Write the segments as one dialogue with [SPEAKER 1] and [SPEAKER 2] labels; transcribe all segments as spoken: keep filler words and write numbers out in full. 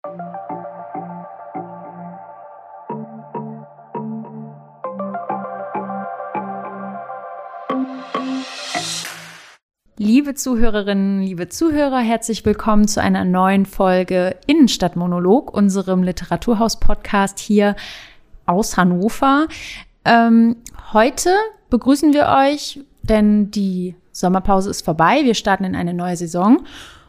[SPEAKER 1] Liebe Zuhörerinnen, liebe Zuhörer, herzlich willkommen zu einer neuen Folge Innenstadtmonolog, unserem Literaturhaus-Podcast hier aus Hannover. Ähm, heute begrüßen wir euch, denn die Sommerpause ist vorbei. Wir starten in eine neue Saison.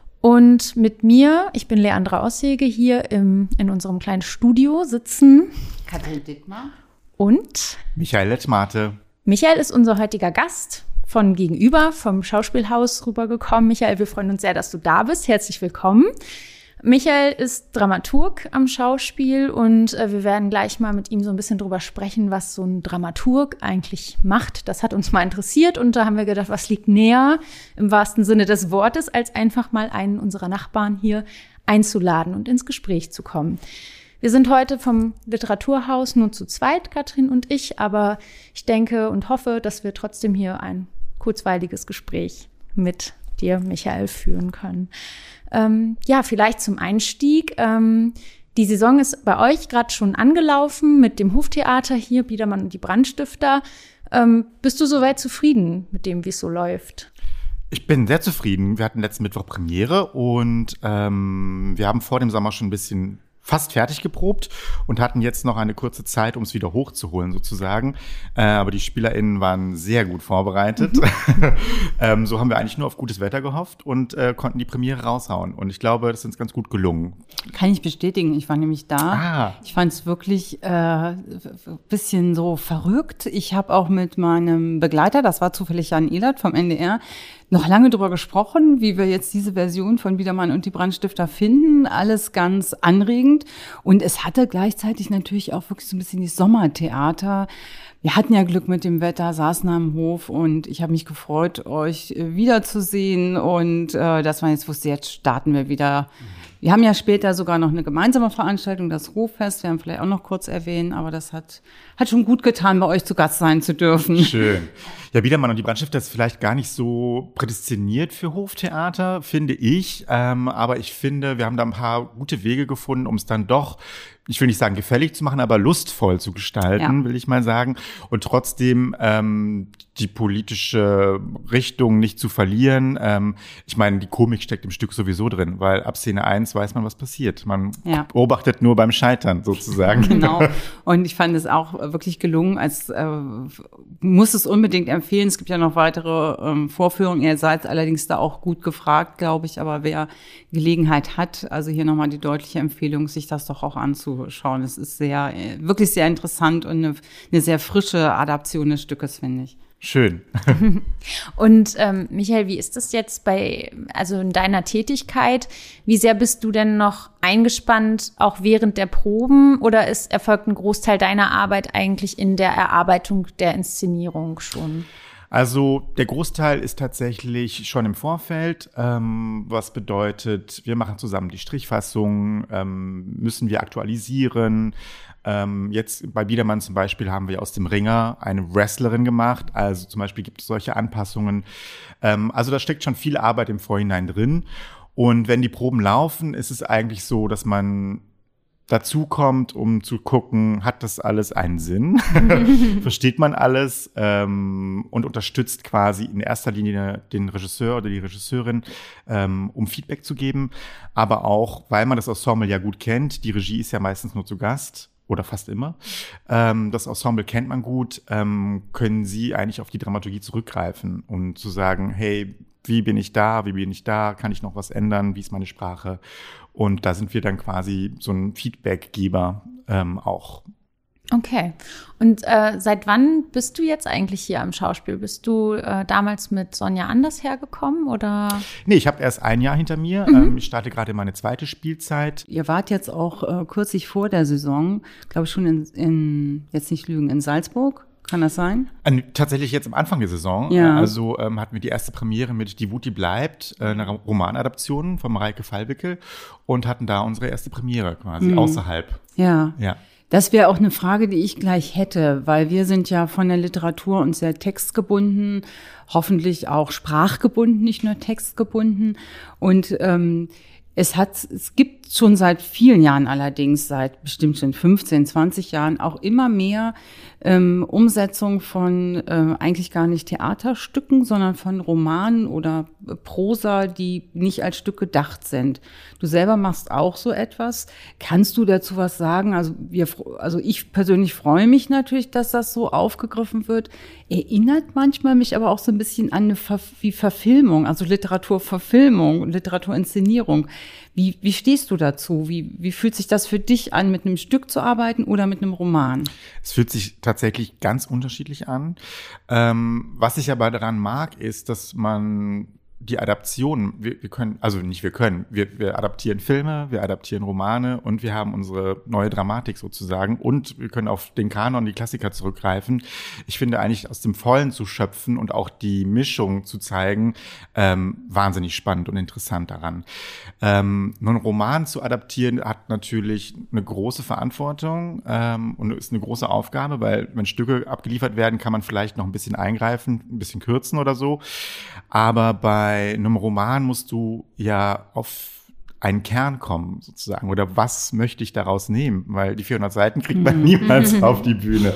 [SPEAKER 1] Und mit mir, ich bin Leandra Ossege, hier im, in unserem kleinen Studio sitzen
[SPEAKER 2] Katrin Dittmar
[SPEAKER 1] und
[SPEAKER 3] Michael Letmate.
[SPEAKER 1] Michael ist unser heutiger Gast von gegenüber, vom Schauspielhaus rübergekommen. Michael, wir freuen uns sehr, dass du da bist. Herzlich willkommen. Michael ist Dramaturg am Schauspiel und äh, wir werden gleich mal mit ihm so ein bisschen drüber sprechen, was so ein Dramaturg eigentlich macht. Das hat uns mal interessiert und da haben wir gedacht, was liegt näher im wahrsten Sinne des Wortes, als einfach mal einen unserer Nachbarn hier einzuladen und ins Gespräch zu kommen. Wir sind heute vom Literaturhaus nur zu zweit, Katrin und ich, aber ich denke und hoffe, dass wir trotzdem hier ein kurzweiliges Gespräch mit dir, Michael, führen können. Ähm, ja, vielleicht zum Einstieg. Ähm, die Saison ist bei euch gerade schon angelaufen mit dem Hoftheater hier, Biedermann und die Brandstifter. Ähm, bist du soweit zufrieden mit dem, wie es so läuft?
[SPEAKER 3] Ich bin sehr zufrieden. Wir hatten letzten Mittwoch Premiere und ähm, wir haben vor dem Sommer schon ein bisschen fast fertig geprobt und hatten jetzt noch eine kurze Zeit, um es wieder hochzuholen sozusagen. Äh, aber die SpielerInnen waren sehr gut vorbereitet. Mhm. ähm, so haben wir eigentlich nur auf gutes Wetter gehofft und äh, konnten die Premiere raushauen. Und ich glaube, das ist uns ganz gut gelungen.
[SPEAKER 2] Kann ich bestätigen. Ich war nämlich da.
[SPEAKER 3] Ah.
[SPEAKER 2] Ich fand es wirklich äh, ein bisschen so verrückt. Ich habe auch mit meinem Begleiter, das war zufällig Jan Ehlert vom N D R, noch lange drüber gesprochen, wie wir jetzt diese Version von Biedermann und die Brandstifter finden. Alles ganz anregend. Und es hatte gleichzeitig natürlich auch wirklich so ein bisschen die Sommertheater. Wir hatten ja Glück mit dem Wetter, saßen am Hof und ich habe mich gefreut, euch wiederzusehen. Und äh, dass man jetzt wusste, jetzt starten wir wieder. Wir haben ja später sogar noch eine gemeinsame Veranstaltung, das Hoffest, werden wir vielleicht auch noch kurz erwähnen, aber das hat, hat schon gut getan, bei euch zu Gast sein zu dürfen.
[SPEAKER 3] Schön. Ja, Biedermann und die Brandstifter ist vielleicht gar nicht so prädestiniert für Hoftheater, finde ich. Ähm, aber ich finde, wir haben da ein paar gute Wege gefunden, um es dann doch, ich will nicht sagen gefällig zu machen, aber lustvoll zu gestalten, ja. will ich mal sagen. Und trotzdem ähm, die politische Richtung nicht zu verlieren. Ähm, ich meine, die Komik steckt im Stück sowieso drin, weil ab Szene eins weiß man, was passiert. Man ja. beobachtet nur beim Scheitern sozusagen.
[SPEAKER 2] Genau. Und ich fand es auch wirklich gelungen, als äh, muss es unbedingt empfehlen. Es gibt ja noch weitere ähm, Vorführungen. Ihr seid allerdings da auch gut gefragt, glaube ich. Aber wer Gelegenheit hat, also hier nochmal die deutliche Empfehlung, sich das doch auch anzuschauen. Es ist sehr, wirklich sehr interessant und eine, eine sehr frische Adaption des Stückes, finde ich.
[SPEAKER 3] Schön.
[SPEAKER 1] Und ähm, Michael, wie ist das jetzt bei, also in deiner Tätigkeit? Wie sehr bist du denn noch eingespannt, auch während der Proben? Oder ist erfolgt ein Großteil deiner Arbeit eigentlich in der Erarbeitung der Inszenierung schon?
[SPEAKER 3] Also der Großteil ist tatsächlich schon im Vorfeld, ähm, was bedeutet, wir machen zusammen die Strichfassung, ähm, müssen wir aktualisieren. Ähm, jetzt bei Biedermann zum Beispiel haben wir aus dem Ringer eine Wrestlerin gemacht, also zum Beispiel gibt es solche Anpassungen. Ähm, also da steckt schon viel Arbeit im Vorhinein drin und wenn die Proben laufen, ist es eigentlich so, dass man dazu kommt, um zu gucken, hat das alles einen Sinn? Versteht man alles? Ähm, und unterstützt quasi in erster Linie den Regisseur oder die Regisseurin, ähm, um Feedback zu geben. Aber auch, weil man das Ensemble ja gut kennt, die Regie ist ja meistens nur zu Gast. Oder fast immer. Ähm, das Ensemble kennt man gut, ähm, können Sie eigentlich auf die Dramaturgie zurückgreifen und zu sagen, hey, wie bin ich da, wie bin ich da, kann ich noch was ändern, wie ist meine Sprache? Und da sind wir dann quasi so ein Feedbackgeber ähm, auch.
[SPEAKER 1] Okay. Und äh, seit wann bist du jetzt eigentlich hier am Schauspiel? Bist du äh, damals mit Sonja Anders hergekommen oder?
[SPEAKER 3] Nee, ich habe erst ein Jahr hinter mir. Mhm. Ähm, ich starte gerade meine zweite Spielzeit.
[SPEAKER 2] Ihr wart jetzt auch äh, kürzlich vor der Saison, glaube ich schon in, in, jetzt nicht lügen, in Salzburg. Kann das sein?
[SPEAKER 3] Äh, tatsächlich jetzt am Anfang der Saison.
[SPEAKER 2] Ja.
[SPEAKER 3] Also ähm, hatten wir die erste Premiere mit Die Wut, die bleibt, äh, einer Romanadaption von Mareike Fallwickel und hatten da unsere erste Premiere quasi mhm. außerhalb.
[SPEAKER 2] Ja.
[SPEAKER 3] Ja.
[SPEAKER 2] Das wäre auch eine Frage, die ich gleich hätte, weil wir sind ja von der Literatur uns sehr textgebunden, hoffentlich auch sprachgebunden, nicht nur textgebunden. Und ähm, es hat, es gibt schon seit vielen Jahren allerdings, seit bestimmt schon fünfzehn, zwanzig Jahren auch immer mehr ähm, Umsetzung von äh, eigentlich gar nicht Theaterstücken, sondern von Romanen oder Prosa, die nicht als Stück gedacht sind. Du selber machst auch so etwas. Kannst du dazu was sagen? Also wir, also ich persönlich freue mich natürlich, dass das so aufgegriffen wird. Erinnert manchmal mich aber auch so ein bisschen an eine Ver- wie Verfilmung, also Literaturverfilmung, Literaturinszenierung. Wie, wie stehst du dazu? Wie, wie fühlt sich das für dich an, mit einem Stück zu arbeiten oder mit einem Roman?
[SPEAKER 3] Es fühlt sich tatsächlich ganz unterschiedlich an. Ähm, was ich aber daran mag, ist, dass man die Adaption, wir, wir können, also nicht wir können, wir, wir adaptieren Filme, wir adaptieren Romane und wir haben unsere neue Dramatik sozusagen und wir können auf den Kanon, die Klassiker zurückgreifen. Ich finde eigentlich aus dem Vollen zu schöpfen und auch die Mischung zu zeigen, ähm, wahnsinnig spannend und interessant daran. Ähm, nur einen Roman zu adaptieren hat natürlich eine große Verantwortung ähm, und ist eine große Aufgabe, weil wenn Stücke abgeliefert werden, kann man vielleicht noch ein bisschen eingreifen, ein bisschen kürzen oder so, aber bei Bei einem Roman musst du ja auf einen Kern kommen, sozusagen. Oder was möchte ich daraus nehmen? Weil die vierhundert Seiten kriegt man niemals auf die Bühne.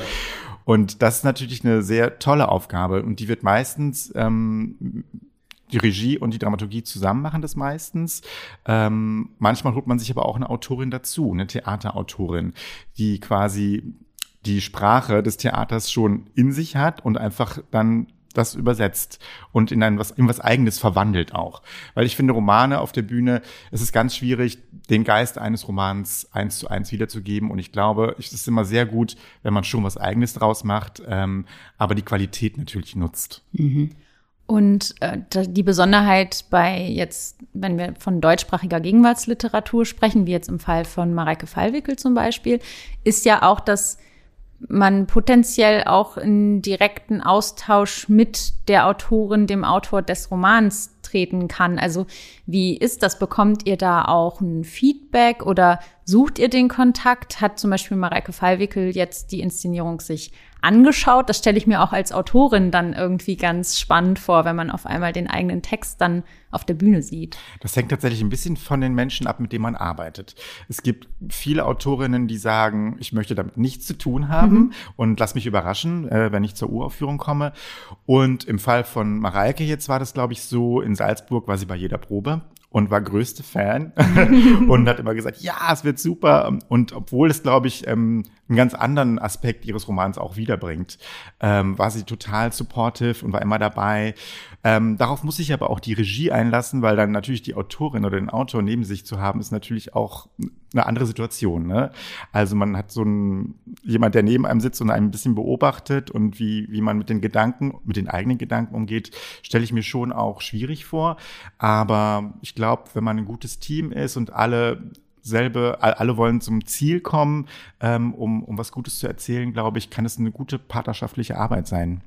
[SPEAKER 3] Und das ist natürlich eine sehr tolle Aufgabe. Und die wird meistens, ähm, die Regie und die Dramaturgie zusammen machen das meistens. Ähm, manchmal holt man sich aber auch eine Autorin dazu, eine Theaterautorin, die quasi die Sprache des Theaters schon in sich hat und einfach dann das übersetzt und in ein was, in was Eigenes verwandelt auch. Weil ich finde, Romane auf der Bühne, es ist ganz schwierig, den Geist eines Romans eins zu eins wiederzugeben. Und ich glaube, es ist immer sehr gut, wenn man schon was Eigenes draus macht, ähm, aber die Qualität natürlich nutzt.
[SPEAKER 1] Mhm. Und äh, die Besonderheit bei jetzt, wenn wir von deutschsprachiger Gegenwartsliteratur sprechen, wie jetzt im Fall von Mareike Fallwickel zum Beispiel, ist ja auch, dass man potenziell auch in direkten Austausch mit der Autorin, dem Autor des Romans treten kann. Also wie ist das? Bekommt ihr da auch ein Feedback oder sucht ihr den Kontakt? Hat zum Beispiel Mareike Fallwickel jetzt die Inszenierung sich angeschaut? Das stelle ich mir auch als Autorin dann irgendwie ganz spannend vor, wenn man auf einmal den eigenen Text dann auf der Bühne sieht.
[SPEAKER 3] Das hängt tatsächlich ein bisschen von den Menschen ab, mit denen man arbeitet. Es gibt viele Autorinnen, die sagen, ich möchte damit nichts zu tun haben mhm. und lass mich überraschen, äh, wenn ich zur Uraufführung komme. Und im Fall von Mareike jetzt war das, glaube ich, so, in Salzburg war sie bei jeder Probe und war größte Fan und hat immer gesagt, ja, es wird super. Und obwohl es, glaube ich, ähm, einen ganz anderen Aspekt ihres Romans auch wiederbringt, ähm, war sie total supportive und war immer dabei. Ähm, darauf muss sich aber auch die Regie einlassen, weil dann natürlich die Autorin oder den Autor neben sich zu haben, ist natürlich auch eine andere Situation, ne? Also man hat so einen, jemand, der neben einem sitzt und einem ein bisschen beobachtet und wie, wie man mit den Gedanken, mit den eigenen Gedanken umgeht, stelle ich mir schon auch schwierig vor. Aber ich glaube, wenn man ein gutes Team ist und alle selbe, alle wollen zum Ziel kommen, ähm, um, um was Gutes zu erzählen, glaube ich, kann es eine gute partnerschaftliche Arbeit sein.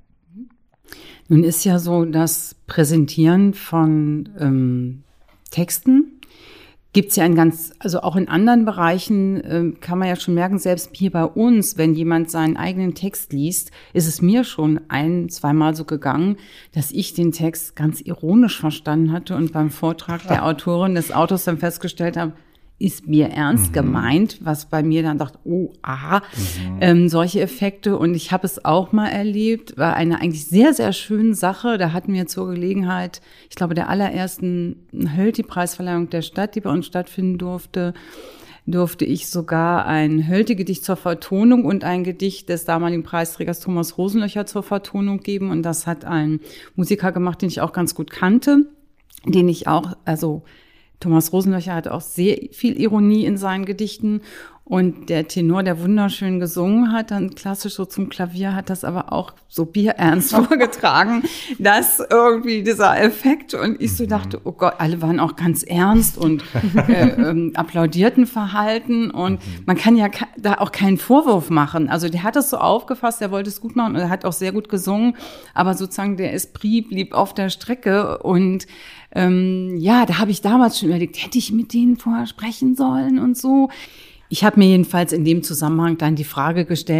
[SPEAKER 2] Nun ist ja so, das Präsentieren von ähm, Texten gibt's ja ein ganz, also auch in anderen Bereichen äh, kann man ja schon merken, selbst hier bei uns, wenn jemand seinen eigenen Text liest, ist es mir schon ein-, zweimal so gegangen, dass ich den Text ganz ironisch verstanden hatte und beim Vortrag der Autorin des Autors dann festgestellt habe, ist mir ernst mhm. gemeint, was bei mir dann dachte, oh, aha, mhm. ähm, solche Effekte. Und ich habe es auch mal erlebt, war eine eigentlich sehr, sehr schöne Sache. Da hatten wir zur Gelegenheit, ich glaube, der allerersten Hölty-Preisverleihung der Stadt, die bei uns stattfinden durfte, durfte ich sogar ein Hölty-Gedicht zur Vertonung und ein Gedicht des damaligen Preisträgers Thomas Rosenlöcher zur Vertonung geben. Und das hat ein Musiker gemacht, den ich auch ganz gut kannte, den ich auch, also Thomas Rosenlöcher hat auch sehr viel Ironie in seinen Gedichten und der Tenor, der wunderschön gesungen hat, dann klassisch so zum Klavier, hat das aber auch so bierernst vorgetragen, dass irgendwie dieser Effekt und ich so dachte, oh Gott, alle waren auch ganz ernst und äh, ähm, applaudierten verhalten und man kann ja da auch keinen Vorwurf machen. Also der hat es so aufgefasst, der wollte es gut machen und er hat auch sehr gut gesungen, aber sozusagen der Esprit blieb auf der Strecke und Ähm, ja, da habe ich damals schon überlegt, hätte ich mit denen vorher sprechen sollen und so. Ich habe mir jedenfalls in dem Zusammenhang dann die Frage gestellt,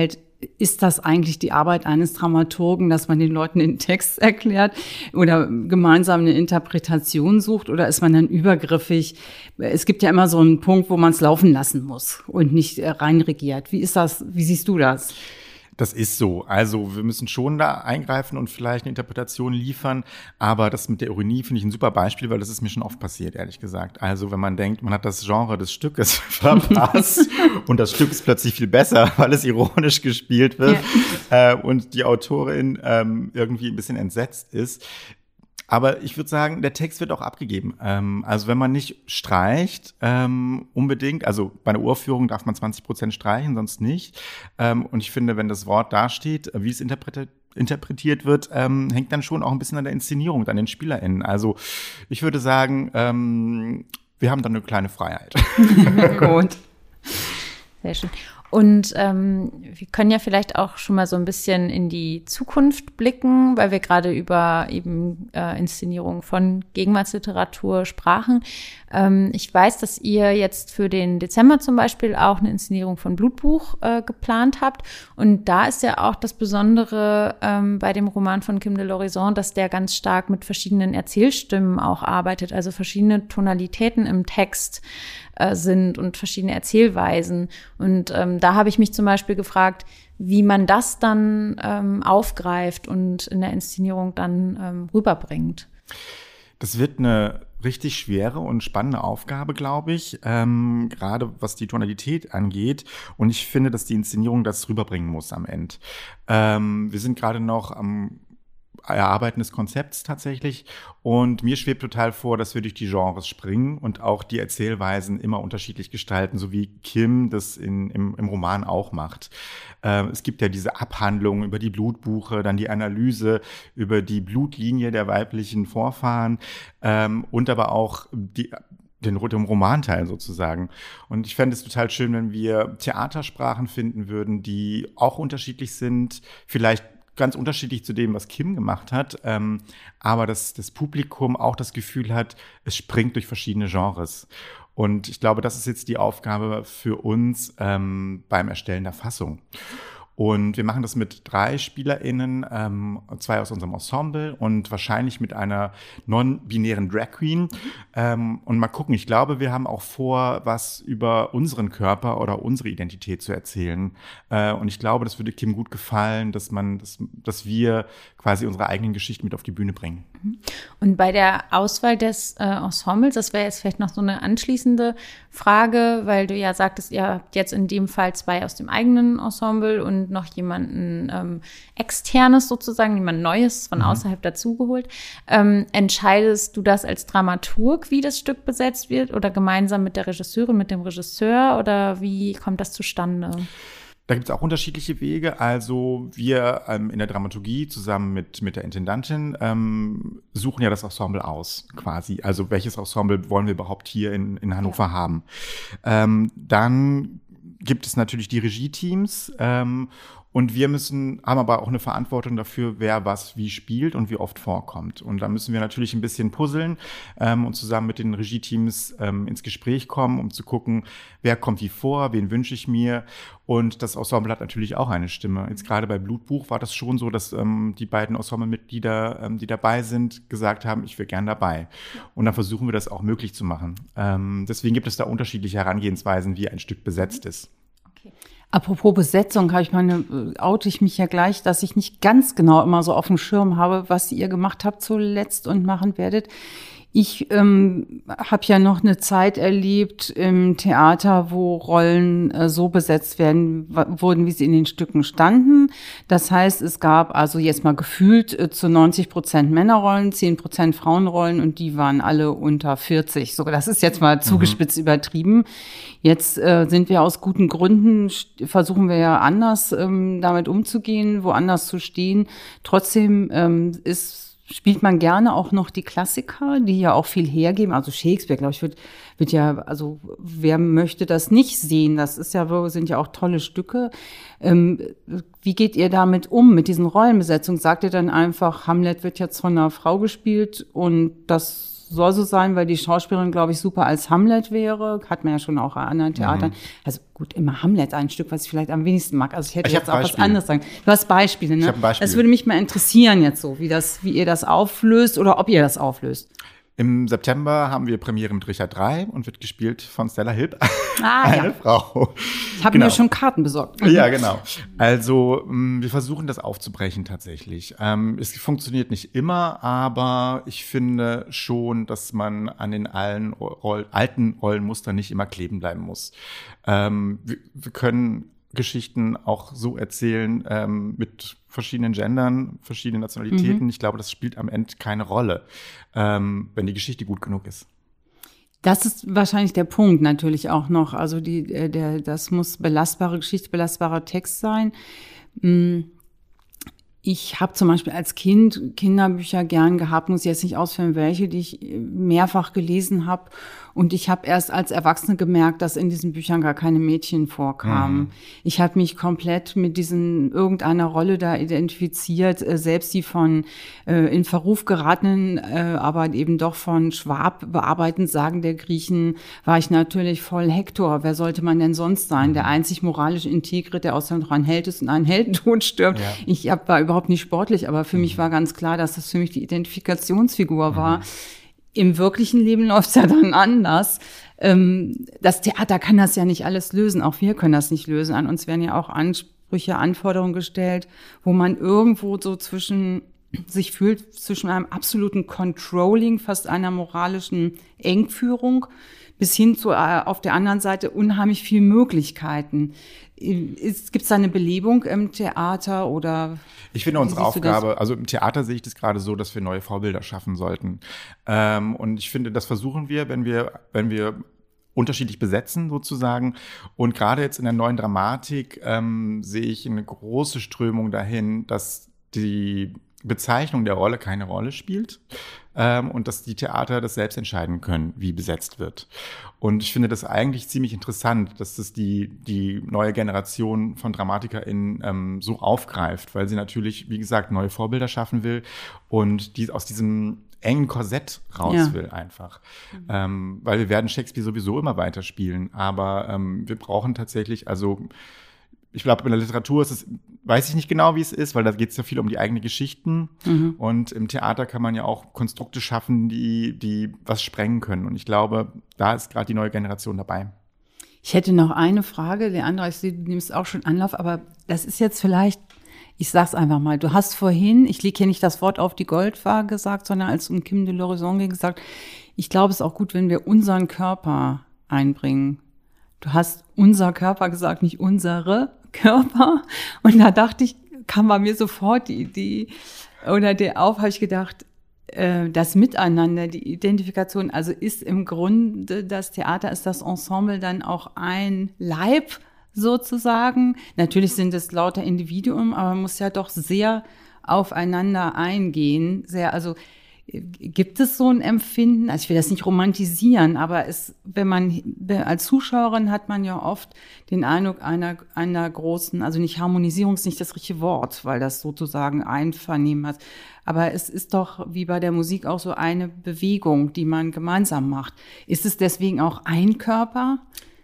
[SPEAKER 2] ist das eigentlich die Arbeit eines Dramaturgen, dass man den Leuten den Text erklärt oder gemeinsam eine Interpretation sucht, oder ist man dann übergriffig? Es gibt ja immer so einen Punkt, wo man es laufen lassen muss und nicht reinregiert. Wie ist das? Wie siehst du das?
[SPEAKER 3] Das ist so. Also wir müssen schon da eingreifen und vielleicht eine Interpretation liefern. Aber das mit der Ironie finde ich ein super Beispiel, weil das ist mir schon oft passiert, ehrlich gesagt. Also wenn man denkt, man hat das Genre des Stückes verpasst und das Stück ist plötzlich viel besser, weil es ironisch gespielt wird, ja. äh, und die Autorin ähm, irgendwie ein bisschen entsetzt ist. Aber ich würde sagen, der Text wird auch abgegeben. Ähm, also wenn man nicht streicht, ähm, unbedingt, also bei einer Uraufführung darf man zwanzig Prozent streichen, sonst nicht. Ähm, und ich finde, wenn das Wort dasteht, wie es interpretiert, interpretiert wird, ähm, hängt dann schon auch ein bisschen an der Inszenierung, an den SpielerInnen. Also ich würde sagen, ähm, wir haben dann eine kleine Freiheit.
[SPEAKER 1] Gut. Sehr schön. Und ähm, wir können ja vielleicht auch schon mal so ein bisschen in die Zukunft blicken, weil wir gerade über eben äh, Inszenierung von Gegenwartsliteratur sprachen. Ähm, ich weiß, dass ihr jetzt für den Dezember zum Beispiel auch eine Inszenierung von Blutbuch äh, geplant habt. Und da ist ja auch das Besondere ähm, bei dem Roman von Kim de l'Horizon, dass der ganz stark mit verschiedenen Erzählstimmen auch arbeitet, also verschiedene Tonalitäten im Text sind und verschiedene Erzählweisen. Und ähm, da habe ich mich zum Beispiel gefragt, wie man das dann ähm, aufgreift und in der Inszenierung dann ähm, rüberbringt.
[SPEAKER 3] Das wird eine richtig schwere und spannende Aufgabe, glaube ich, ähm, gerade was die Tonalität angeht. Und ich finde, dass die Inszenierung das rüberbringen muss am Ende. Ähm, wir sind gerade noch am Erarbeiten des Konzepts tatsächlich. Und mir schwebt total vor, dass wir durch die Genres springen und auch die Erzählweisen immer unterschiedlich gestalten, so wie Kim das in, im, im Roman auch macht. Äh, es gibt ja diese Abhandlung über die Blutbuche, dann die Analyse über die Blutlinie der weiblichen Vorfahren, ähm, und aber auch die den, den Romanteil sozusagen. Und ich fände es total schön, wenn wir Theatersprachen finden würden, die auch unterschiedlich sind, vielleicht ganz unterschiedlich zu dem, was Kim gemacht hat, ähm, aber dass das Publikum auch das Gefühl hat, es springt durch verschiedene Genres. Und ich glaube, das ist jetzt die Aufgabe für uns ähm, beim Erstellen der Fassung. Und wir machen das mit drei SpielerInnen, ähm, zwei aus unserem Ensemble und wahrscheinlich mit einer non-binären Drag Queen. Ähm, und mal gucken, ich glaube, wir haben auch vor, was über unseren Körper oder unsere Identität zu erzählen. Äh, und ich glaube, das würde Kim gut gefallen, dass man, dass, dass wir quasi unsere eigenen Geschichten mit auf die Bühne bringen.
[SPEAKER 1] Und bei der Auswahl des äh, Ensembles, das wäre jetzt vielleicht noch so eine anschließende Frage, weil du ja sagtest, ihr habt jetzt in dem Fall zwei aus dem eigenen Ensemble und noch jemanden ähm, externes sozusagen, jemand Neues von außerhalb mhm. dazugeholt. Ähm, entscheidest du das als Dramaturg, wie das Stück besetzt wird, oder gemeinsam mit der Regisseurin, mit dem Regisseur, oder wie kommt das zustande?
[SPEAKER 3] Da gibt es auch unterschiedliche Wege. Also wir ähm, in der Dramaturgie zusammen mit, mit der Intendantin ähm, suchen ja das Ensemble aus, quasi. Also welches Ensemble wollen wir überhaupt hier in, in Hannover ja. haben. Ähm, dann gibt es natürlich die Regie-Teams, ähm, und wir müssen, haben aber auch eine Verantwortung dafür, wer was wie spielt und wie oft vorkommt. Und da müssen wir natürlich ein bisschen puzzeln ähm, und zusammen mit den Regie-Teams ähm, ins Gespräch kommen, um zu gucken, wer kommt wie vor, wen wünsche ich mir. Und das Ensemble hat natürlich auch eine Stimme. Jetzt gerade bei Blutbuch war das schon so, dass ähm, die beiden Ensemblemitglieder, ähm, die dabei sind, gesagt haben, ich wäre gern dabei. Und dann versuchen wir das auch möglich zu machen. Ähm, deswegen gibt es da unterschiedliche Herangehensweisen, wie ein Stück besetzt ist.
[SPEAKER 2] Okay. Apropos Besetzung, habe ich meine, oute ich mich ja gleich, dass ich nicht ganz genau immer so auf dem Schirm habe, was ihr gemacht habt zuletzt und machen werdet. Ich ähm, habe ja noch eine Zeit erlebt im Theater, wo Rollen äh, so besetzt werden w- wurden, wie sie in den Stücken standen. Das heißt, es gab also jetzt mal gefühlt äh, zu neunzig Prozent Männerrollen, zehn Prozent Frauenrollen, und die waren alle unter vierzig. So, das ist jetzt mal zugespitzt mhm. übertrieben. Jetzt äh, sind wir aus guten Gründen, versuchen wir ja anders ähm, damit umzugehen, woanders zu stehen. Trotzdem ähm, ist spielt man gerne auch noch die Klassiker, die ja auch viel hergeben. Also Shakespeare, glaube ich, wird, wird ja, also wer möchte das nicht sehen? Das ist ja, sind ja auch tolle Stücke. Ähm, wie geht ihr damit um, mit diesen Rollenbesetzungen? Sagt ihr dann einfach, Hamlet wird jetzt von einer Frau gespielt und das soll so sein, weil die Schauspielerin, glaube ich, super als Hamlet wäre. Hat man ja schon auch an anderen Theatern. Mhm. Also gut, immer Hamlet, ein Stück, was ich vielleicht am wenigsten mag. Also ich hätte ich jetzt auch Beispiele. Was anderes sagen. Du hast Beispiele, ne?
[SPEAKER 3] Ich habe ein Beispiel.
[SPEAKER 2] Das würde mich mal interessieren jetzt so, wie das, wie ihr das auflöst oder ob ihr das auflöst.
[SPEAKER 3] Im September haben wir Premiere mit Richard drei und wird gespielt von Stella Hilb,
[SPEAKER 2] ah,
[SPEAKER 3] eine
[SPEAKER 2] ja.
[SPEAKER 3] Frau.
[SPEAKER 2] Ich habe genau. mir schon Karten besorgt.
[SPEAKER 3] Ja, genau. Also wir versuchen das aufzubrechen tatsächlich. Es funktioniert nicht immer, aber ich finde schon, dass man an den allen Roll- alten Rollenmustern nicht immer kleben bleiben muss. Wir, wir können Geschichten auch so erzählen ähm, mit verschiedenen Gendern, verschiedenen Nationalitäten. Mhm. Ich glaube, das spielt am Ende keine Rolle, ähm, wenn die Geschichte gut genug ist.
[SPEAKER 2] Das ist wahrscheinlich der Punkt natürlich auch noch. Also die, der, das muss belastbare Geschichte, belastbarer Text sein. Ich habe zum Beispiel als Kind Kinderbücher gern gehabt, muss ich jetzt nicht ausführen, welche, die ich mehrfach gelesen habe. Und ich habe erst als Erwachsene gemerkt, dass in diesen Büchern gar keine Mädchen vorkamen. Mhm. Ich habe mich komplett mit diesen irgendeiner Rolle da identifiziert, selbst die von äh, in Verruf geratenen, äh, aber eben doch von Schwab bearbeitenden Sagen der Griechen war ich natürlich voll Hektor. Wer sollte man denn sonst sein? Mhm. Der einzig moralisch Integre, der außerdem noch ein Held ist und einen Heldentod stirbt. Ja. Ich hab, war überhaupt nicht sportlich, aber für mhm. mich war ganz klar, dass das für mich die Identifikationsfigur mhm. war. Im wirklichen Leben läuft's ja dann anders. Das Theater kann das ja nicht alles lösen. Auch wir können das nicht lösen. An uns werden ja auch Ansprüche, Anforderungen gestellt, wo man irgendwo so zwischen sich fühlt, zwischen einem absoluten Controlling, fast einer moralischen Engführung, bis hin zu auf der anderen Seite unheimlich viel Möglichkeiten. Gibt es da eine Belebung im Theater oder?
[SPEAKER 3] Ich finde unsere Aufgabe, also im Theater sehe ich das gerade so, dass wir neue Vorbilder schaffen sollten. Ähm, und ich finde, das versuchen wir, wenn wir, wenn wir unterschiedlich besetzen sozusagen. Und gerade jetzt in der neuen Dramatik ähm, sehe ich eine große Strömung dahin, dass die Bezeichnung der Rolle keine Rolle spielt ähm, und dass die Theater das selbst entscheiden können, wie besetzt wird. Und ich finde das eigentlich ziemlich interessant, dass das die die neue Generation von DramatikerInnen ähm, so aufgreift, weil sie natürlich, wie gesagt, neue Vorbilder schaffen will und die aus diesem engen Korsett raus ja. will einfach. Mhm. Ähm, weil wir werden Shakespeare sowieso immer weiterspielen, aber ähm, wir brauchen tatsächlich, also ich glaube, in der Literatur ist es, weiß ich nicht genau, wie es ist, weil da geht es ja viel um die eigenen Geschichten. Mhm. Und im Theater kann man ja auch Konstrukte schaffen, die, die was sprengen können. Und ich glaube, da ist gerade die neue Generation dabei.
[SPEAKER 2] Ich hätte noch eine Frage, Leandra, ich sehe, du nimmst auch schon Anlauf, aber das ist jetzt vielleicht, ich sag's einfach mal, du hast vorhin, ich lege hier nicht das Wort auf die Goldwaage gesagt, sondern als um Kim de l'Horizon ging gesagt, ich glaube, es ist auch gut, wenn wir unseren Körper einbringen. Du hast unser Körper gesagt, nicht unsere Körper. Und da dachte ich, kam bei mir sofort die Idee oder der auf, habe ich gedacht, äh, das Miteinander, die Identifikation, also ist im Grunde das Theater, ist das Ensemble dann auch ein Leib sozusagen. Natürlich sind es lauter Individuen, aber man muss ja doch sehr aufeinander eingehen. Sehr, also gibt es so ein Empfinden? Also ich will das nicht romantisieren, aber es, wenn man als Zuschauerin hat man ja oft den Eindruck einer einer großen, also nicht Harmonisierung ist nicht das richtige Wort, weil das sozusagen Einvernehmen hat. Aber es ist doch wie bei der Musik auch so eine Bewegung, die man gemeinsam macht. Ist es deswegen auch ein Körper?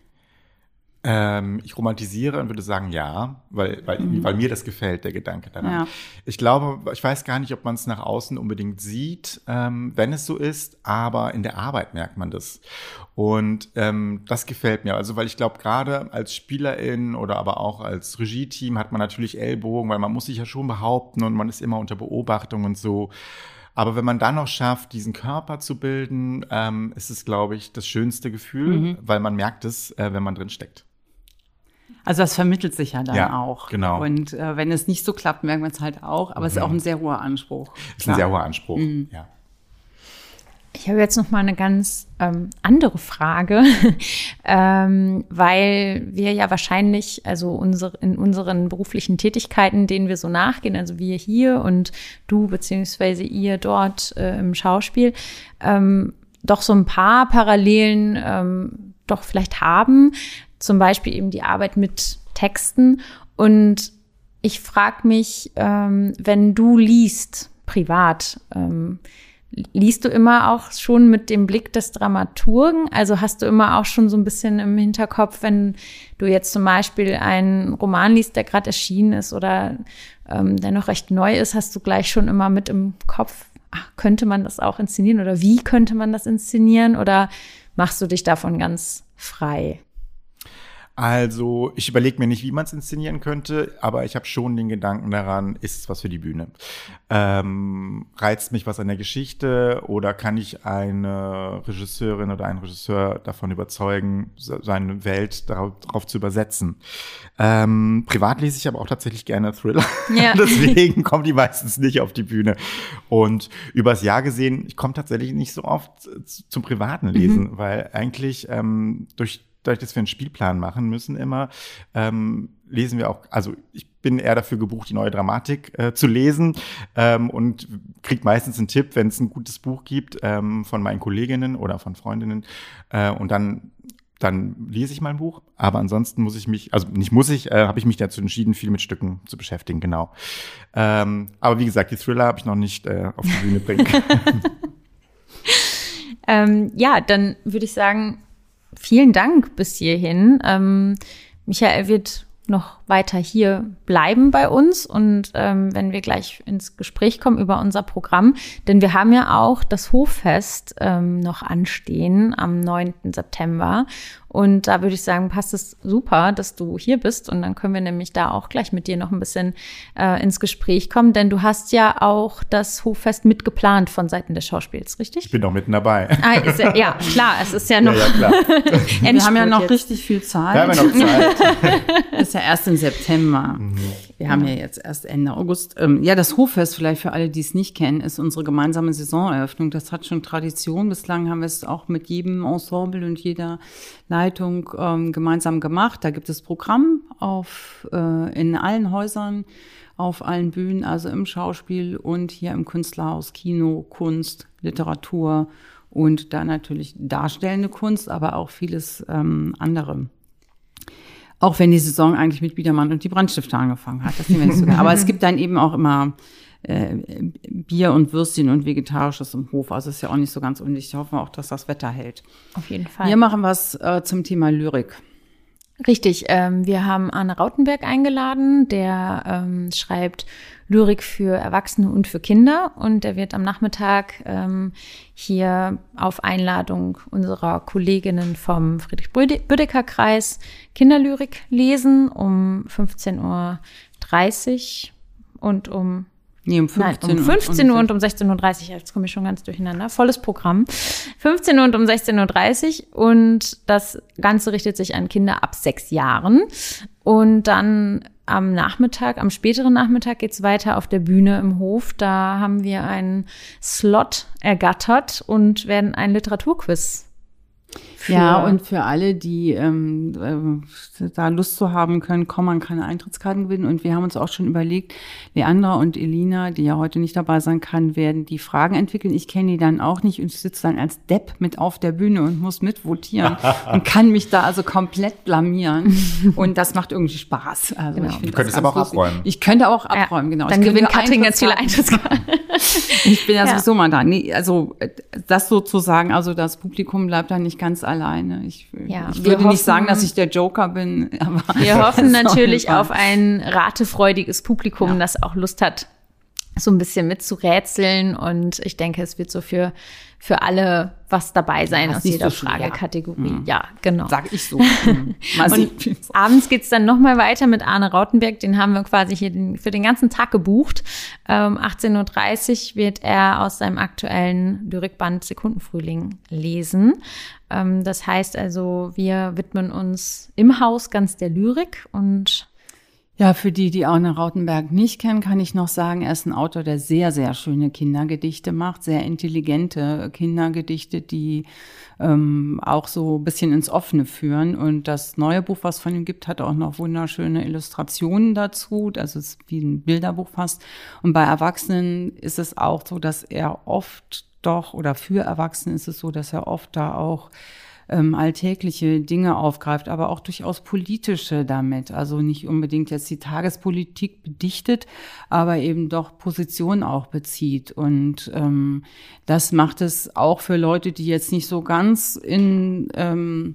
[SPEAKER 3] Ähm, ich romantisiere und würde sagen, ja, weil, weil, mhm. weil mir das gefällt, der Gedanke daran.
[SPEAKER 2] Ja.
[SPEAKER 3] Ich glaube, ich weiß gar nicht, ob man es nach außen unbedingt sieht, ähm, wenn es so ist, aber in der Arbeit merkt man das. Und ähm, das gefällt mir. Also, weil ich glaube, gerade als Spielerin oder aber auch als Regie-Team hat man natürlich Ellbogen, weil man muss sich ja schon behaupten und man ist immer unter Beobachtung und so. Aber wenn man dann noch schafft, diesen Körper zu bilden, ähm, ist es, glaube ich, das schönste Gefühl, mhm. weil man merkt es, äh, wenn man drin steckt.
[SPEAKER 2] Also das vermittelt sich ja dann
[SPEAKER 3] ja,
[SPEAKER 2] auch.
[SPEAKER 3] Genau.
[SPEAKER 2] Und äh, wenn es nicht so klappt, merkt man es halt auch. Aber mhm. es ist auch ein sehr hoher Anspruch.
[SPEAKER 3] Es ist ein sehr hoher Anspruch,
[SPEAKER 2] mhm.
[SPEAKER 3] ja.
[SPEAKER 1] Ich habe jetzt noch mal eine ganz ähm, andere Frage, ähm, weil wir ja wahrscheinlich, also unsere, in unseren beruflichen Tätigkeiten, denen wir so nachgehen, also wir hier und du beziehungsweise ihr dort äh, im Schauspiel, ähm, doch so ein paar Parallelen ähm, doch vielleicht haben. Zum Beispiel eben die Arbeit mit Texten. Und ich frage mich, ähm, wenn du liest, privat, ähm, liest du immer auch schon mit dem Blick des Dramaturgen? Also hast du immer auch schon so ein bisschen im Hinterkopf, wenn du jetzt zum Beispiel einen Roman liest, der gerade erschienen ist oder ähm, der noch recht neu ist, hast du gleich schon immer mit im Kopf, ach, könnte man das auch inszenieren oder wie könnte man das inszenieren oder machst du dich davon ganz frei?
[SPEAKER 3] Also ich überlege mir nicht, wie man es inszenieren könnte, aber ich habe schon den Gedanken daran, ist es was für die Bühne? Ähm, reizt mich was an der Geschichte oder kann ich eine Regisseurin oder einen Regisseur davon überzeugen, seine Welt darauf, darauf zu übersetzen? Ähm, privat lese ich aber auch tatsächlich gerne Thriller. Ja. Deswegen kommen die meistens nicht auf die Bühne. Und übers Jahr gesehen, ich komme tatsächlich nicht so oft zum privaten Lesen, mhm. weil eigentlich ähm, durch Dadurch, dass wir einen Spielplan machen müssen immer, ähm, lesen wir auch, also ich bin eher dafür gebucht, die neue Dramatik äh, zu lesen ähm, und kriege meistens einen Tipp, wenn es ein gutes Buch gibt ähm, von meinen Kolleginnen oder von Freundinnen äh, und dann dann lese ich mein Buch, aber ansonsten muss ich mich, also nicht muss ich, äh, habe ich mich dazu entschieden, viel mit Stücken zu beschäftigen, genau. Ähm, aber wie gesagt, die Thriller habe ich noch nicht äh, auf die Bühne bringen können.
[SPEAKER 1] ähm, ja, dann würde ich sagen, vielen Dank bis hierhin. Ähm, Michael wird noch weiter hier bleiben bei uns und ähm, wenn wir gleich ins Gespräch kommen über unser Programm, denn wir haben ja auch das Hoffest ähm, noch anstehen am neunten September und da würde ich sagen, passt es super, dass du hier bist und dann können wir nämlich da auch gleich mit dir noch ein bisschen äh, ins Gespräch kommen, denn du hast ja auch das Hoffest mitgeplant von Seiten des Schauspiels, richtig?
[SPEAKER 3] Ich bin noch mitten dabei.
[SPEAKER 1] Ah, ist ja, ja, klar, es ist ja noch
[SPEAKER 3] ja, ja, klar.
[SPEAKER 2] Wir haben ja noch jetzt. richtig viel Zeit.
[SPEAKER 3] Wir haben ja noch Zeit.
[SPEAKER 2] Das ist ja erst im September. Mhm. Wir haben ja jetzt erst Ende August. Ähm, ja, das Hoffest, vielleicht für alle, die es nicht kennen, ist unsere gemeinsame Saisoneröffnung. Das hat schon Tradition. Bislang haben wir es auch mit jedem Ensemble und jeder Leitung ähm, gemeinsam gemacht. Da gibt es Programm auf äh, in allen Häusern, auf allen Bühnen, also im Schauspiel und hier im Künstlerhaus, Kino, Kunst, Literatur und da natürlich darstellende Kunst, aber auch vieles ähm, andere. Auch wenn die Saison eigentlich mit Biedermann und die Brandstifter angefangen hat. Das nehmen wir nicht so gerne. Aber es gibt dann eben auch immer äh, Bier und Würstchen und Vegetarisches im Hof. Also ist ja auch nicht so ganz unwichtig. Hoffen wir auch, dass das Wetter hält.
[SPEAKER 1] Auf jeden Fall.
[SPEAKER 2] Wir machen was äh, zum Thema Lyrik.
[SPEAKER 1] Richtig. Ähm, wir haben Arne Rautenberg eingeladen. Der ähm, schreibt Lyrik für Erwachsene und für Kinder. Und der wird am Nachmittag ähm, hier auf Einladung unserer Kolleginnen vom Friedrich-Bödecker-Kreis Kinderlyrik lesen um fünfzehn Uhr dreißig und um
[SPEAKER 2] Nee, um fünfzehn,
[SPEAKER 1] Nein, um fünfzehn Uhr und um sechzehn Uhr dreißig. Jetzt komme ich schon ganz durcheinander. Volles Programm. fünfzehn Uhr und um sechzehn Uhr dreißig. Und das Ganze richtet sich an Kinder ab sechs Jahren. Und dann am Nachmittag, am späteren Nachmittag geht's weiter auf der Bühne im Hof. Da haben wir einen Slot ergattert und werden ein Literaturquiz
[SPEAKER 2] Ja, und für alle, die ähm, äh, da Lust zu haben können, kann man keine Eintrittskarten gewinnen. Und wir haben uns auch schon überlegt, Leandra und Elina, die ja heute nicht dabei sein kann, werden die Fragen entwickeln. Ich kenne die dann auch nicht und ich sitze dann als Depp mit auf der Bühne und muss mitvotieren und kann mich da also komplett blamieren. Und das macht irgendwie Spaß. Also
[SPEAKER 1] genau.
[SPEAKER 2] ich
[SPEAKER 3] du könntest aber auch lustig. abräumen.
[SPEAKER 2] Ich könnte auch abräumen, ja, genau.
[SPEAKER 1] Dann gewinnt Katrin ganz viele Eintrittskarten.
[SPEAKER 2] Ich bin ja, ja sowieso mal da. Nee, also das sozusagen, also das Publikum bleibt da nicht ganz alleine. Ich,
[SPEAKER 1] ja,
[SPEAKER 2] ich würde hoffen, nicht sagen, dass ich der Joker bin. Aber
[SPEAKER 1] wir hoffen natürlich auf ein ratefreudiges Publikum, ja. das auch Lust hat, so ein bisschen mitzurätseln. Und ich denke, es wird so für für alle was dabei sein ja, aus jeder so Fragekategorie. Ja. ja, genau.
[SPEAKER 2] Sag ich so. Mal
[SPEAKER 1] und abends geht's dann noch mal weiter mit Arne Rautenberg. Den haben wir quasi hier den, für den ganzen Tag gebucht. Um achtzehn Uhr dreißig wird er aus seinem aktuellen Lyrikband Sekundenfrühling lesen. Das heißt also, wir widmen uns im Haus ganz der Lyrik und
[SPEAKER 2] ja, für die, die Arne Rautenberg nicht kennen, kann ich noch sagen, er ist ein Autor, der sehr, sehr schöne Kindergedichte macht, sehr intelligente Kindergedichte, die ähm, auch so ein bisschen ins Offene führen. Und das neue Buch, was von ihm gibt, hat auch noch wunderschöne Illustrationen dazu. Also es ist wie ein Bilderbuch fast. Und bei Erwachsenen ist es auch so, dass er oft doch, oder für Erwachsene ist es so, dass er oft da auch ähm, alltägliche Dinge aufgreift, aber auch durchaus politische damit. Also nicht unbedingt jetzt die Tagespolitik bedichtet, aber eben doch Position auch bezieht. Und ähm, das macht es auch für Leute, die jetzt nicht so ganz in ähm,